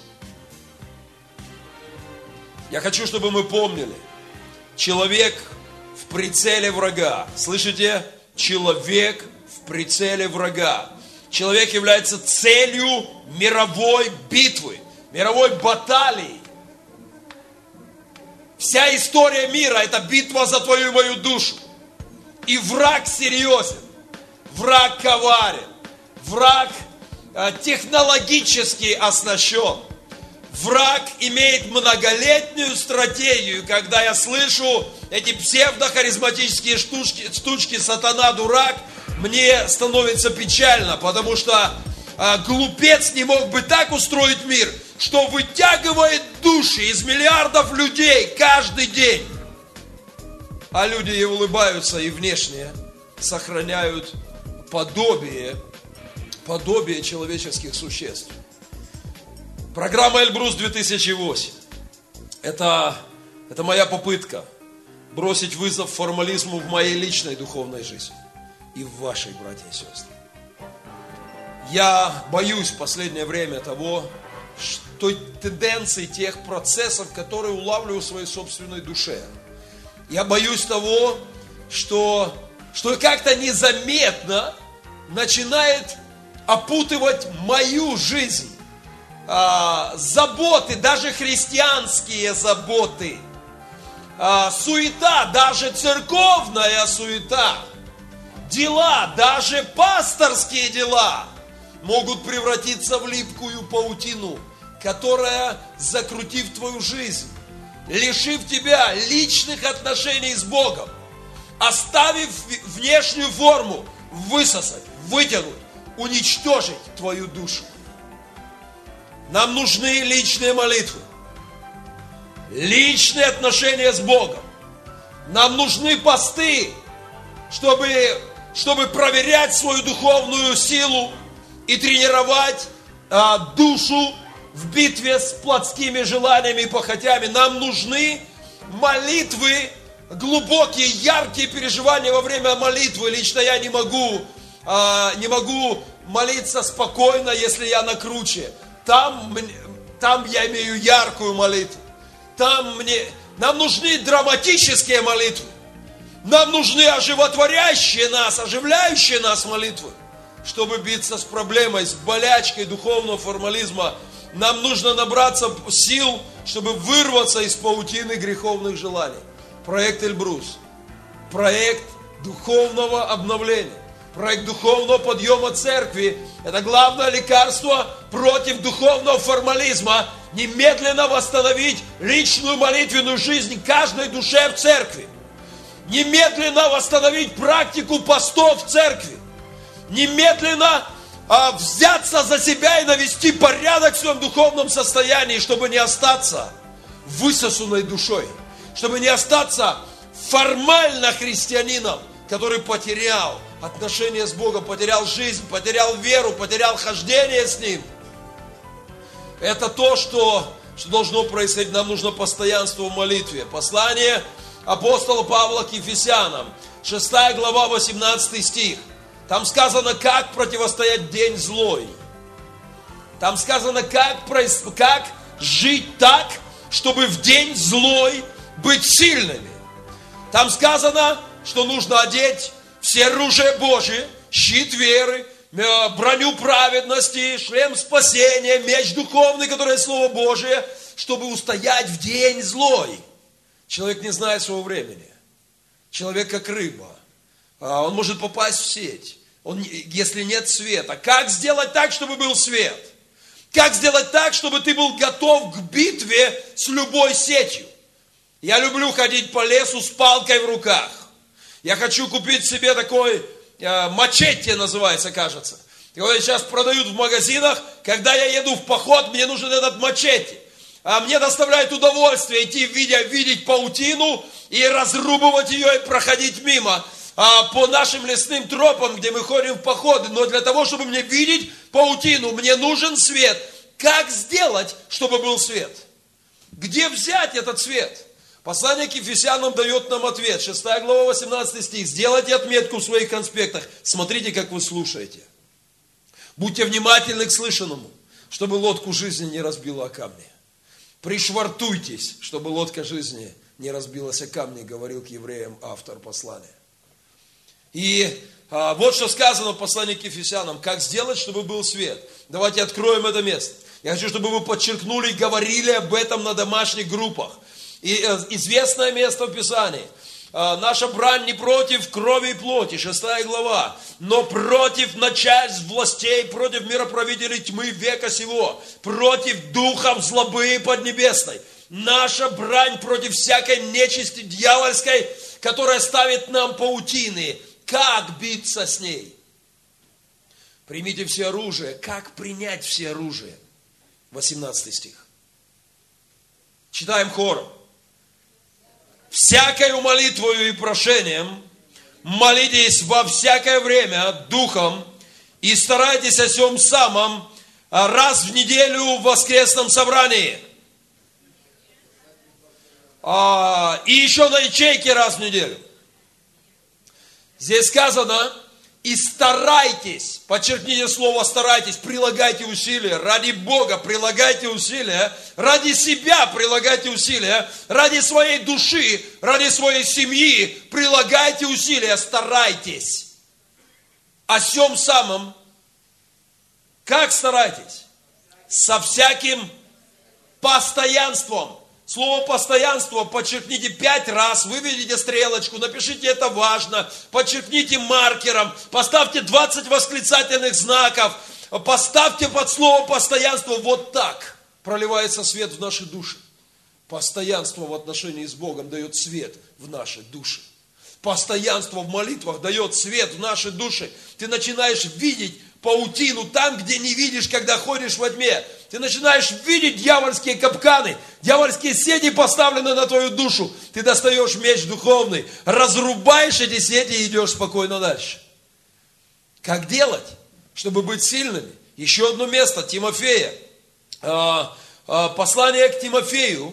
Я хочу, чтобы мы помнили. Человек в прицеле врага. Слышите? Человек в прицеле врага. Человек является целью мировой битвы, мировой баталии. Вся история мира – это битва за твою и мою душу. И враг серьезен, враг коварен, враг э, технологически оснащен. Враг имеет многолетнюю стратегию. Когда я слышу эти псевдохаризматические штучки, штучки «сатана, дурак», мне становится печально, потому что а, глупец не мог бы так устроить мир, что вытягивает души из миллиардов людей каждый день. А люди и улыбаются, и внешне сохраняют подобие, подобие человеческих существ. Программа Эльбрус две тысячи восемь. Это, это моя попытка бросить вызов формализму в моей личной духовной жизни. И в вашей, братья и сестры. Я боюсь в последнее время того, что тенденции тех процессов, которые улавливаю в своей собственной душе. Я боюсь того, что, что как-то незаметно начинает опутывать мою жизнь. А, заботы, даже христианские заботы. А, суета, даже церковная суета. Дела, даже пасторские дела могут превратиться в липкую паутину, которая, закрутив твою жизнь, лишив тебя личных отношений с Богом, оставив внешнюю форму, высосать, вытянуть, уничтожить твою душу. Нам нужны личные молитвы, личные отношения с Богом. Нам нужны посты, чтобы, чтобы проверять свою духовную силу и тренировать а, душу в битве с плотскими желаниями и похотями. Нам нужны молитвы, глубокие, яркие переживания во время молитвы. Лично я не могу, а, не могу молиться спокойно, если я на круче. Там, там я имею яркую молитву. Там мне, нам нужны драматические молитвы. Нам нужны оживотворящие нас, оживляющие нас молитвы. Чтобы биться с проблемой, с болячкой духовного формализма, нам нужно набраться сил, чтобы вырваться из паутины греховных желаний. Проект Эльбрус проект духовного обновления. Проект духовного подъема церкви – это главное лекарство против духовного формализма. Немедленно восстановить личную молитвенную жизнь каждой душе в церкви. Немедленно восстановить практику постов в церкви. Немедленно а, взяться за себя и навести порядок в своем духовном состоянии, чтобы не остаться высосанной душой. Чтобы не остаться формально христианином, который потерял отношения с Богом, потерял жизнь, потерял веру, потерял хождение с Ним. Это то, что, что должно происходить. Нам нужно постоянство в молитве. Послание апостола Павла к Ефесянам, шестая глава, восемнадцатый стих. Там сказано, как противостоять в день злой. Там сказано, как, как жить так, чтобы в день злой быть сильными. Там сказано, что нужно одеть все оружие Божие, щит веры, броню праведности, шлем спасения, меч духовный, который Слово Божие, чтобы устоять в день злой. Человек не знает своего времени. Человек как рыба. Он может попасть в сеть, он, если нет света. Как сделать так, чтобы был свет? Как сделать так, чтобы ты был готов к битве с любой сетью? Я люблю ходить по лесу с палкой в руках. Я хочу купить себе такой э, мачете, называется, кажется. Его сейчас продают в магазинах. Когда я еду в поход, мне нужен этот мачете. А мне доставляет удовольствие идти, видя, видеть паутину и разрубывать ее и проходить мимо. А по нашим лесным тропам, где мы ходим в походы. Но для того, чтобы мне видеть паутину, мне нужен свет. Как сделать, чтобы был свет? Где взять этот свет? Послание к Ефесянам дает нам ответ. шестая глава, восемнадцатый стих. Сделайте отметку в своих конспектах. Смотрите, как вы слушаете. Будьте внимательны к слышанному, чтобы лодку жизни не разбила о камни. Пришвартуйтесь, чтобы лодка жизни не разбилась о камни, говорил к евреям автор послания. И а, вот что сказано в послании к Ефесянам. Как сделать, чтобы был свет? Давайте откроем это место. Я хочу, чтобы вы подчеркнули и говорили об этом на домашних группах. И известное место в Писании. Наша брань не против крови и плоти, шестая глава, но против начальств властей, против мироправителей тьмы века сего, против духов злобы поднебесной. Наша брань против всякой нечисти дьявольской, которая ставит нам паутины. Как биться с ней? Примите все оружие. Как принять все оружие? восемнадцатый стих. Читаем хором. Всякою молитвою и прошением молитесь во всякое время духом и старайтесь о сем самом раз в неделю в воскресном собрании. А, и еще на ячейке раз в неделю. Здесь сказано, и старайтесь, подчеркните слово старайтесь, прилагайте усилия, ради Бога прилагайте усилия, ради себя прилагайте усилия, ради своей души, ради своей семьи прилагайте усилия, старайтесь. О сем самом, как старайтесь? Со всяким постоянством. Слово «постоянство» подчеркните пять раз, выведите стрелочку, напишите «это важно», подчеркните маркером, поставьте двадцать восклицательных знаков, поставьте под слово «постоянство». Вот так проливается свет в наши души. Постоянство в отношении с Богом дает свет в наши души. Постоянство в молитвах дает свет в наши души. Ты начинаешь видеть паутину там, где не видишь, когда ходишь во тьме. Ты начинаешь видеть дьявольские капканы, дьявольские сети поставлены на твою душу. Ты достаешь меч духовный, разрубаешь эти сети и идешь спокойно дальше. Как делать, чтобы быть сильными? Еще одно место, Тимофея. Послание к Тимофею.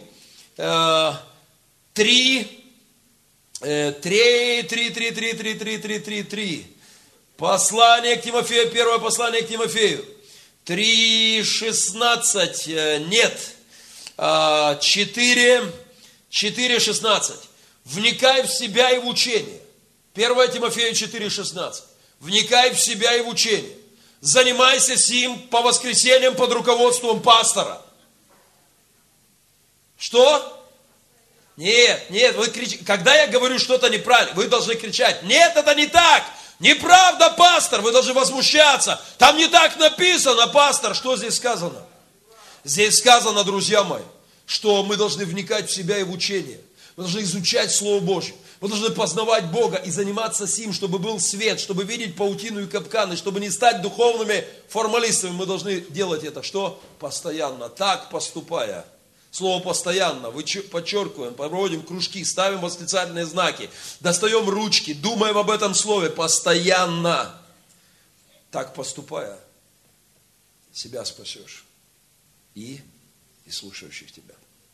Три, три, три, три, три, три, три, три, три, три. Послание к Тимофею, первое послание к Тимофею. три, шестнадцать, нет, четыре, четыре, шестнадцать. Вникай в себя и в учение. первое Тимофею четыре, шестнадцать. Вникай в себя и в учение. Занимайся сим по воскресеньям под руководством пастора. Что? Нет, нет, вы кричите. Когда я говорю что-то неправильно, вы должны кричать: нет, это не так. Неправда, пастор. Вы должны возмущаться. Там не так написано, пастор. Что здесь сказано? Здесь сказано, друзья мои, что мы должны вникать в себя и в учение. Мы должны изучать Слово Божье. Мы должны познавать Бога и заниматься сим, чтобы был свет, чтобы видеть паутину и капканы, чтобы не стать духовными формалистами. Мы должны делать это что? Постоянно. Так поступая. Слово постоянно. Подчеркиваем, проводим кружки, ставим восклицательные знаки, достаем ручки, думаем об этом слове постоянно. Так поступая, себя спасешь. И, и слушающих тебя.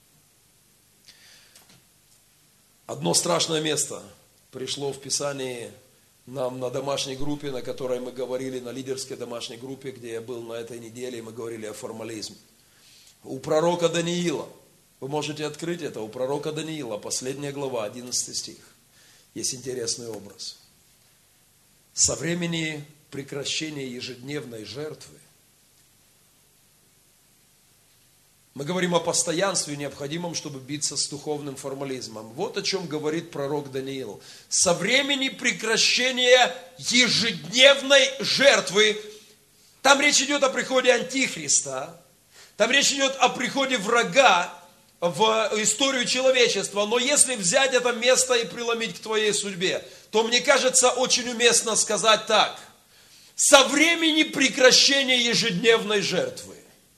Одно страшное место пришло в Писании нам на домашней группе, на которой мы говорили, на лидерской домашней группе, где я был на этой неделе, и мы говорили о формализме. У пророка Даниила, вы можете открыть это, у пророка Даниила, последняя глава, одиннадцатый стих, есть интересный образ. Со времени прекращения ежедневной жертвы, мы говорим о постоянстве, необходимом, чтобы биться с духовным формализмом. Вот о чем говорит пророк Даниил. Со времени прекращения ежедневной жертвы, там речь идет о приходе Антихриста, там речь идет о приходе врага в историю человечества. Но если взять это место и преломить к твоей судьбе, то мне кажется очень уместно сказать так. Со времени прекращения ежедневной жертвы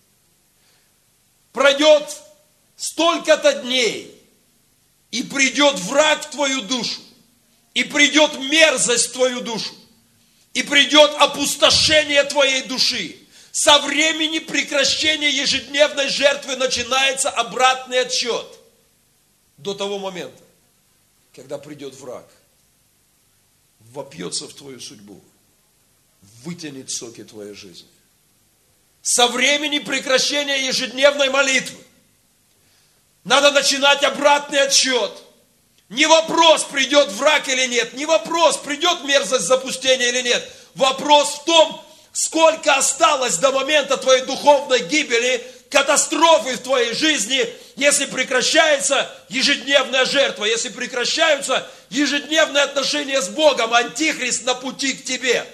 пройдет столько-то дней, и придет враг в твою душу, и придет мерзость в твою душу, и придет опустошение твоей души. Со времени прекращения ежедневной жертвы начинается обратный отсчет до того момента, когда придет враг, вопьется в твою судьбу, вытянет соки твоей жизни. Со времени прекращения ежедневной молитвы надо начинать обратный отсчет. Не вопрос, придет враг или нет, не вопрос, придет мерзость запустения или нет. Вопрос в том, сколько осталось до момента твоей духовной гибели, катастрофы в твоей жизни, если прекращается ежедневная жертва, если прекращаются ежедневные отношения с Богом, антихрист на пути к тебе.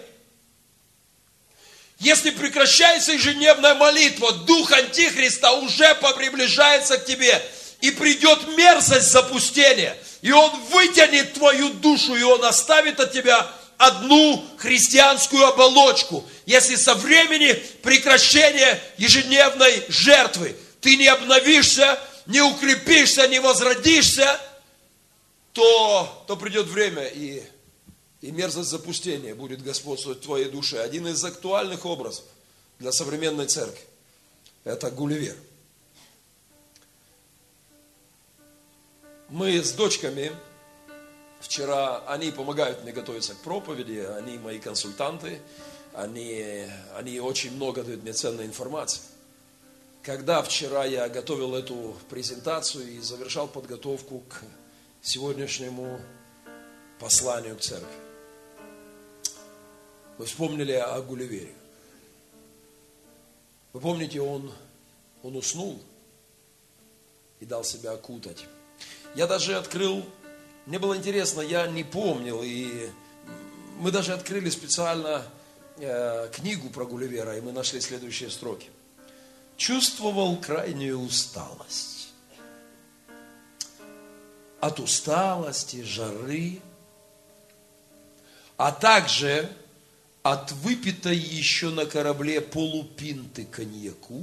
Если прекращается ежедневная молитва, дух антихриста уже приближается к тебе, и придет мерзость запустения, и он вытянет твою душу, и он оставит от тебя одну христианскую оболочку. Если со времени прекращения ежедневной жертвы ты не обновишься, не укрепишься, не возродишься, то, то придет время, и, и мерзость запустения будет господствовать в твоей душе. Один из актуальных образов для современной церкви – это Гулливер. Мы с дочками вчера, они помогают мне готовиться к проповеди, они мои консультанты, они, они очень много дают мне ценной информации. Когда вчера я готовил эту презентацию и завершал подготовку к сегодняшнему посланию к церкви, мы вспомнили о Гулливере. Вы помните, он, он уснул и дал себя окутать. Я даже открыл, мне было интересно, я не помнил, и мы даже открыли специально э, книгу про Гулливера, и мы нашли следующие строки. Чувствовал крайнюю усталость. От усталости, жары, а также от выпитой еще на корабле полупинты коньяку,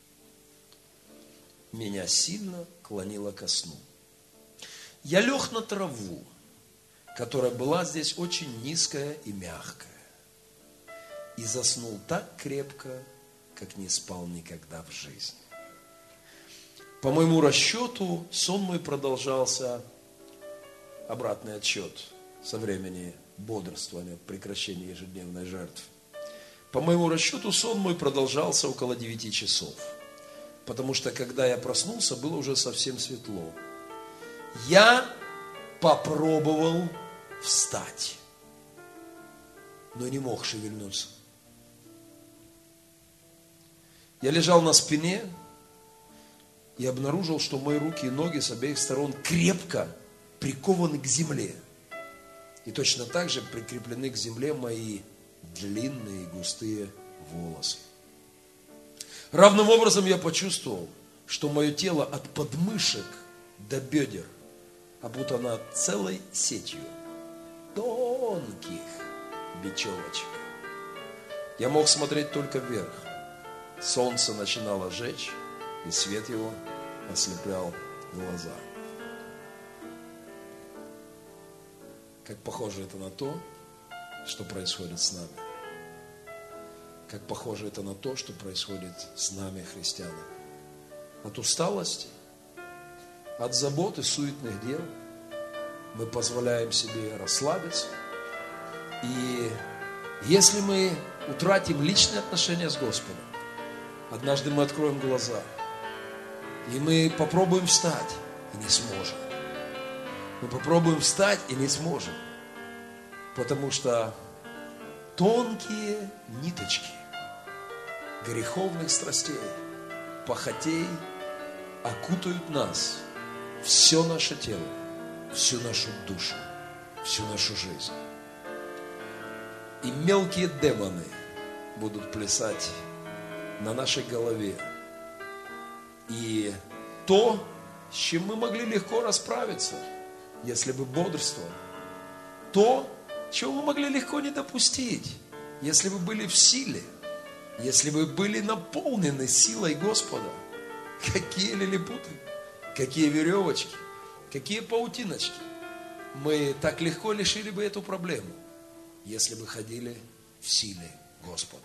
меня сильно клонило ко сну. Я лег на траву, которая была здесь очень низкая и мягкая, и заснул так крепко, как не спал никогда в жизни. По моему расчету, сон мой продолжался, обратный отсчет со времени бодрствования, прекращения ежедневной жертвы. По моему расчету, сон мой продолжался около девяти часов, потому что, когда я проснулся, было уже совсем светло. Я попробовал встать, но не мог шевельнуться. Я лежал на спине, и обнаружил, что мои руки и ноги с обеих сторон крепко прикованы к земле. И точно так же прикреплены к земле мои длинные густые волосы. Равным образом я почувствовал, что мое тело от подмышек до бедер обутано целой сетью тонких бечевочек. Я мог смотреть только вверх. Солнце начинало жечь, и свет его ослеплял глаза. Как похоже это на то, что происходит с нами. Как похоже это на то, что происходит с нами, христианами. От усталости, от забот и суетных дел мы позволяем себе расслабиться. И если мы утратим личные отношения с Господом, однажды мы откроем глаза, и мы попробуем встать, и не сможем. Мы попробуем встать, и не сможем. Потому что тонкие ниточки греховных страстей, похотей окутают нас, все наше тело, всю нашу душу, всю нашу жизнь. И мелкие демоны будут плясать на нашей голове. И то, с чем мы могли легко расправиться, если бы бодрствовали, то, чего мы могли легко не допустить, если бы были в силе, если бы были наполнены силой Господа. Какие лилипуты, какие веревочки, какие паутиночки. Мы так легко лишили бы эту проблему, если бы ходили в силе Господа.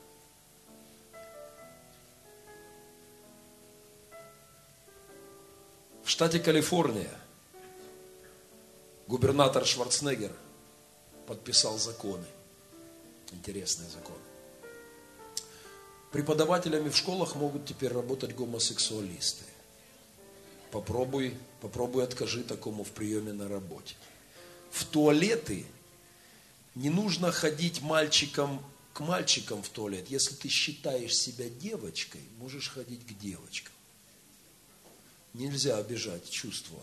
В штате Калифорния губернатор Шварценеггер подписал законы. Интересный закон. Преподавателями в школах могут теперь работать гомосексуалисты. Попробуй, попробуй откажи такому в приеме на работе. В туалеты не нужно ходить мальчикам к мальчикам в туалет. Если ты считаешь себя девочкой, можешь ходить к девочкам. Нельзя обижать чувства.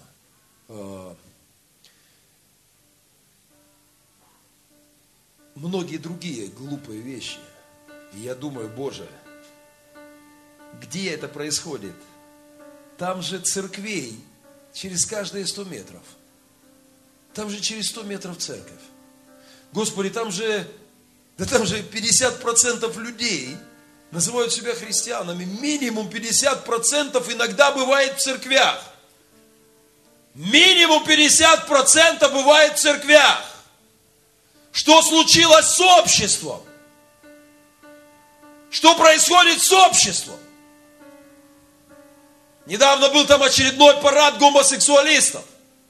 Многие другие глупые вещи. И я думаю, Боже, где это происходит? Там же церквей через каждые сто метров. Там же через сто метров церковь. Господи, там же, да там же пятьдесят процентов людей называют себя христианами. Минимум пятьдесят процентов иногда бывает в церквях. Минимум пятьдесят процентов бывает в церквях. Что случилось с обществом? Что происходит с обществом? Недавно был там очередной парад гомосексуалистов.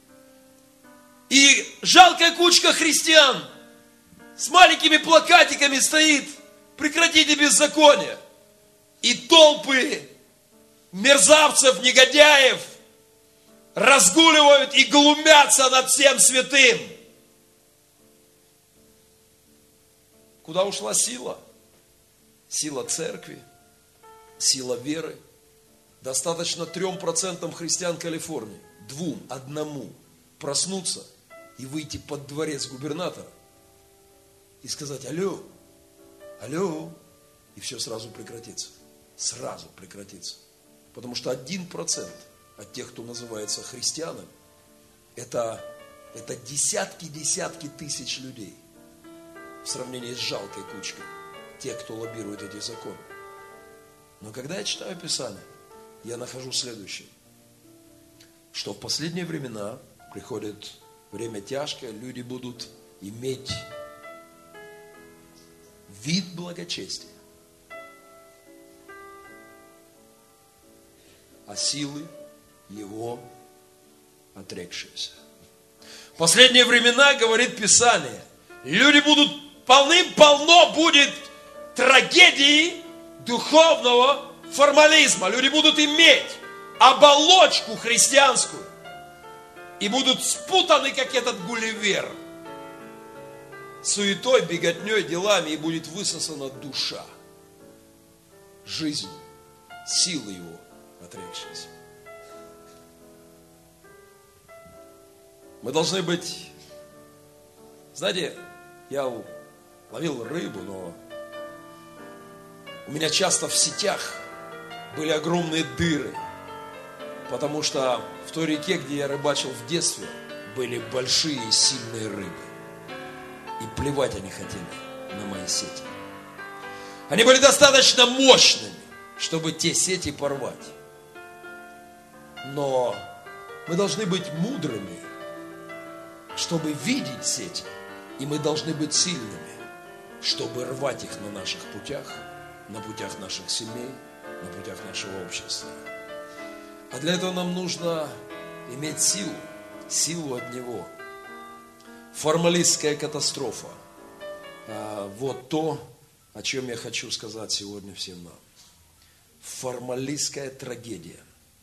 И жалкая кучка христиан с маленькими плакатиками стоит: прекратите беззаконие. И толпы мерзавцев, негодяев разгуливают и глумятся над всем святым. Куда ушла сила? Сила церкви, сила веры. Достаточно трем процентам христиан Калифорнии, двум, одному проснуться и выйти под дворец губернатора и сказать: алло, алло, и все сразу прекратится. Сразу прекратится. Потому что один процент от тех, кто называется христианами, это, это десятки, десятки тысяч людей в сравнении с жалкой кучкой тех, кто лоббирует эти законы. Но когда я читаю Писание, я нахожу следующее, что в последние времена приходит время тяжкое, люди будут иметь вид благочестия, а силы его отрекшиеся. В последние времена, говорит Писание, люди будут, полным-полно будет трагедии духовного формализма. Люди будут иметь оболочку христианскую и будут спутаны, как этот Гулливер, суетой, беготней, делами, и будет высосана душа, жизнь, силы его отрекшиеся. Мы должны быть... Знаете, я ловил рыбу, но у меня часто в сетях были огромные дыры, потому что в той реке, где я рыбачил в детстве, были большие и сильные рыбы. И плевать они хотели на мои сети. Они были достаточно мощными, чтобы те сети порвать. Но мы должны быть мудрыми, чтобы видеть сети. И мы должны быть сильными, чтобы рвать их на наших путях, на путях наших семей, на путях нашего общества. А для этого нам нужно иметь силу, силу от Него. Формалистская катастрофа. Вот то, о чем я хочу сказать сегодня всем нам. Формалистская трагедия.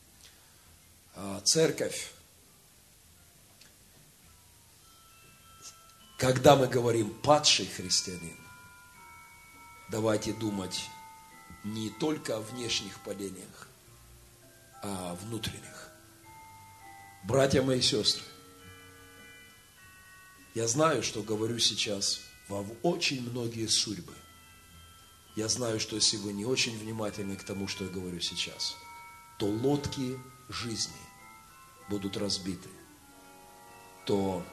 Церковь, когда мы говорим «падший христианин», давайте думать не только о внешних падениях, а о внутренних. Братья мои и сестры, я знаю, что говорю сейчас во очень многие судьбы. Я знаю, что если вы не очень внимательны к тому, что я говорю сейчас, то лодки жизни будут разбиты, то,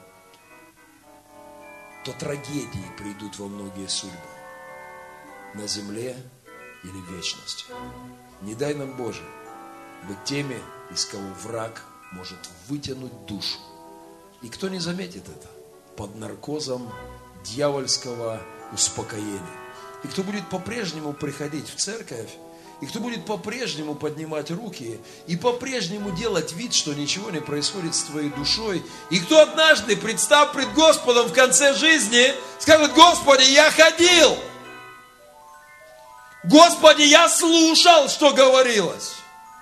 то трагедии придут во многие судьбы, на земле или в вечности. Не дай нам, Боже, быть теми, из кого враг может вытянуть душу. И кто не заметит это? Под наркозом дьявольского успокоения. И кто будет по-прежнему приходить в церковь, и кто будет по-прежнему поднимать руки, и по-прежнему делать вид, что ничего не происходит с твоей душой, и кто однажды, представ пред Господом в конце жизни, скажет: Господи, я ходил, Господи, я слушал, что говорилось.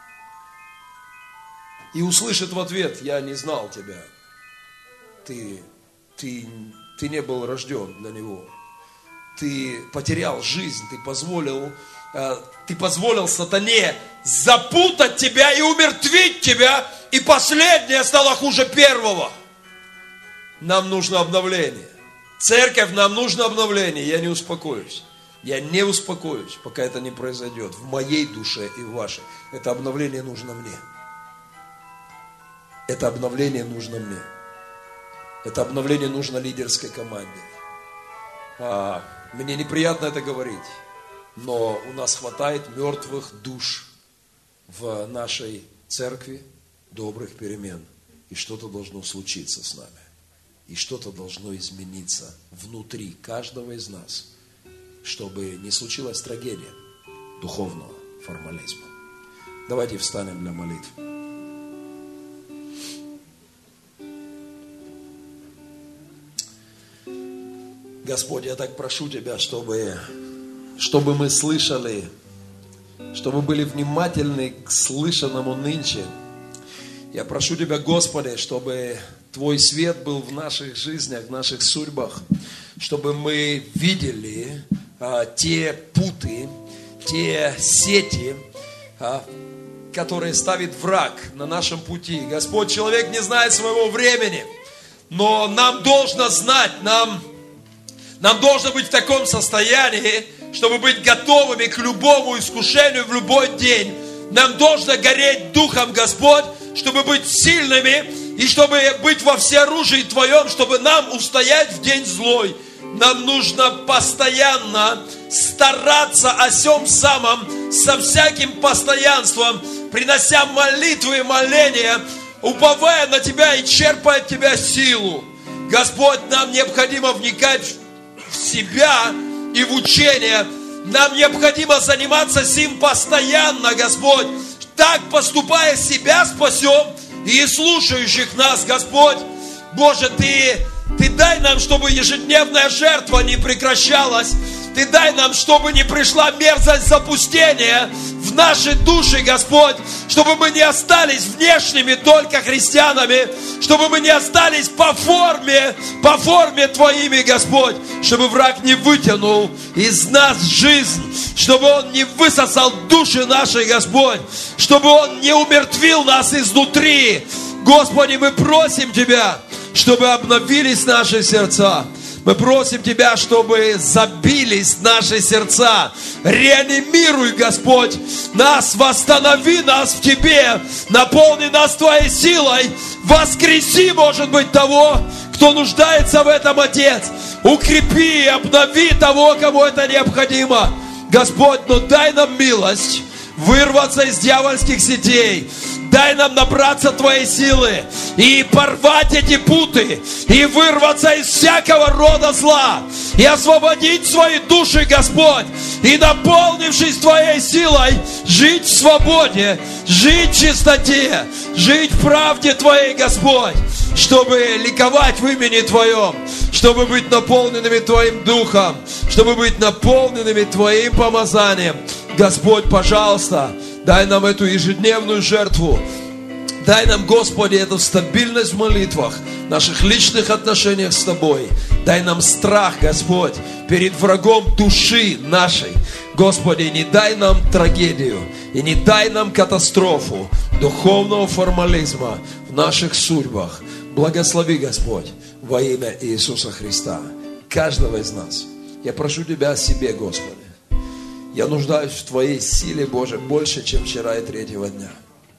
И услышит в ответ: я не знал тебя, ты, ты, ты не был рожден для него. Ты потерял жизнь, ты позволил, ты позволил сатане запутать тебя и умертвить тебя, и последнее стало хуже первого. Нам нужно обновление. Церковь, нам нужно обновление. Я не успокоюсь. Я не успокоюсь, пока это не произойдет в моей душе и в вашей. Это обновление нужно мне. Это обновление нужно мне. Это обновление нужно лидерской команде. А, мне неприятно это говорить, но у нас хватает мертвых душ в нашей церкви, добрых перемен. И что-то должно случиться с нами. И что-то должно измениться внутри каждого из нас, чтобы не случилась трагедия духовного формализма. Давайте встанем для молитвы. Господь, я так прошу Тебя, чтобы, чтобы мы слышали, чтобы были внимательны к слышанному нынче. Я прошу Тебя, Господи, чтобы Твой свет был в наших жизнях, в наших судьбах, чтобы мы видели а, те путы, те сети, а, которые ставит враг на нашем пути. Господь, человек не знает своего времени, но нам должно знать, нам... Нам должно быть в таком состоянии, чтобы быть готовыми к любому искушению в любой день. Нам должно гореть духом, Господь, чтобы быть сильными и чтобы быть во всеоружии Твоем, чтобы нам устоять в день злой. Нам нужно постоянно стараться о сем самом, со всяким постоянством, принося молитвы и моления, уповая на Тебя и черпая от Тебя силу. Господь, нам необходимо вникать в себя и в учение. Нам необходимо заниматься сим постоянно, Господь. Так поступая, себя спасем и слушающих нас, Господь. Боже, Ты, Ты дай нам, чтобы ежедневная жертва не прекращалась. Ты дай нам, чтобы не пришла мерзость запустения в наши души, Господь. Чтобы мы не остались внешними только христианами. Чтобы мы не остались по форме, по форме Твоими, Господь. Чтобы враг не вытянул из нас жизнь. Чтобы он не высосал души наши, Господь. Чтобы он не умертвил нас изнутри. Господи, мы просим Тебя, чтобы обновились наши сердца. Мы просим Тебя, чтобы забились наши сердца. Реанимируй, Господь, нас, восстанови нас в Тебе, наполни нас Твоей силой. Воскреси, может быть, того, кто нуждается в этом, Отец. Укрепи и обнови того, кому это необходимо. Господь, но дай нам милость вырваться из дьявольских сетей. Дай нам набраться Твоей силы и порвать эти путы, и вырваться из всякого рода зла, и освободить свои души, Господь, и, наполнившись Твоей силой, жить в свободе, жить в чистоте, жить в правде Твоей, Господь, чтобы ликовать в имени Твоем, чтобы быть наполненными Твоим Духом, чтобы быть наполненными Твоим помазанием. Господь, пожалуйста, дай нам эту ежедневную жертву. Дай нам, Господи, эту стабильность в молитвах, в наших личных отношениях с Тобой. Дай нам страх, Господь, перед врагом души нашей. Господи, не дай нам трагедию и не дай нам катастрофу духовного формализма в наших судьбах. Благослови, Господь, во имя Иисуса Христа, каждого из нас. Я прошу Тебя о себе, Господи. Я нуждаюсь в Твоей силе, Боже, больше, чем вчера и третьего дня.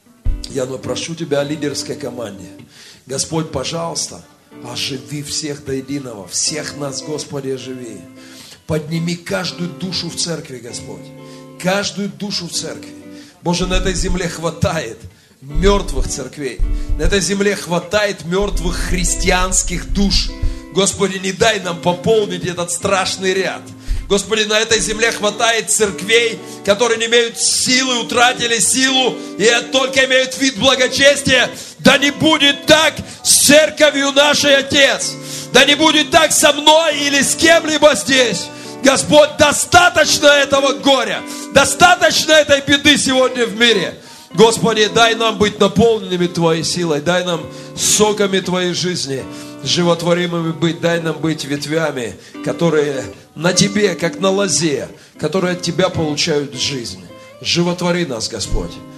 Я прошу Тебя о лидерской команде. Господь, пожалуйста, оживи всех до единого. Всех нас, Господи, оживи. Подними каждую душу в церкви, Господь. Каждую душу в церкви. Боже, на этой земле хватает мертвых церквей. На этой земле хватает мертвых христианских душ. Господи, не дай нам пополнить этот страшный ряд. Господи, на этой земле хватает церквей, которые не имеют силы, утратили силу и только имеют вид благочестия. Да не будет так с церковью нашей, Отец. Да не будет так со мной или с кем-либо здесь. Господь, достаточно этого горя, достаточно этой беды сегодня в мире. Господи, дай нам быть наполненными Твоей силой, дай нам соками Твоей жизни, животворимыми быть, дай нам быть ветвями, которые на Тебе, как на лозе, которые от Тебя получают жизнь. Животвори нас, Господь.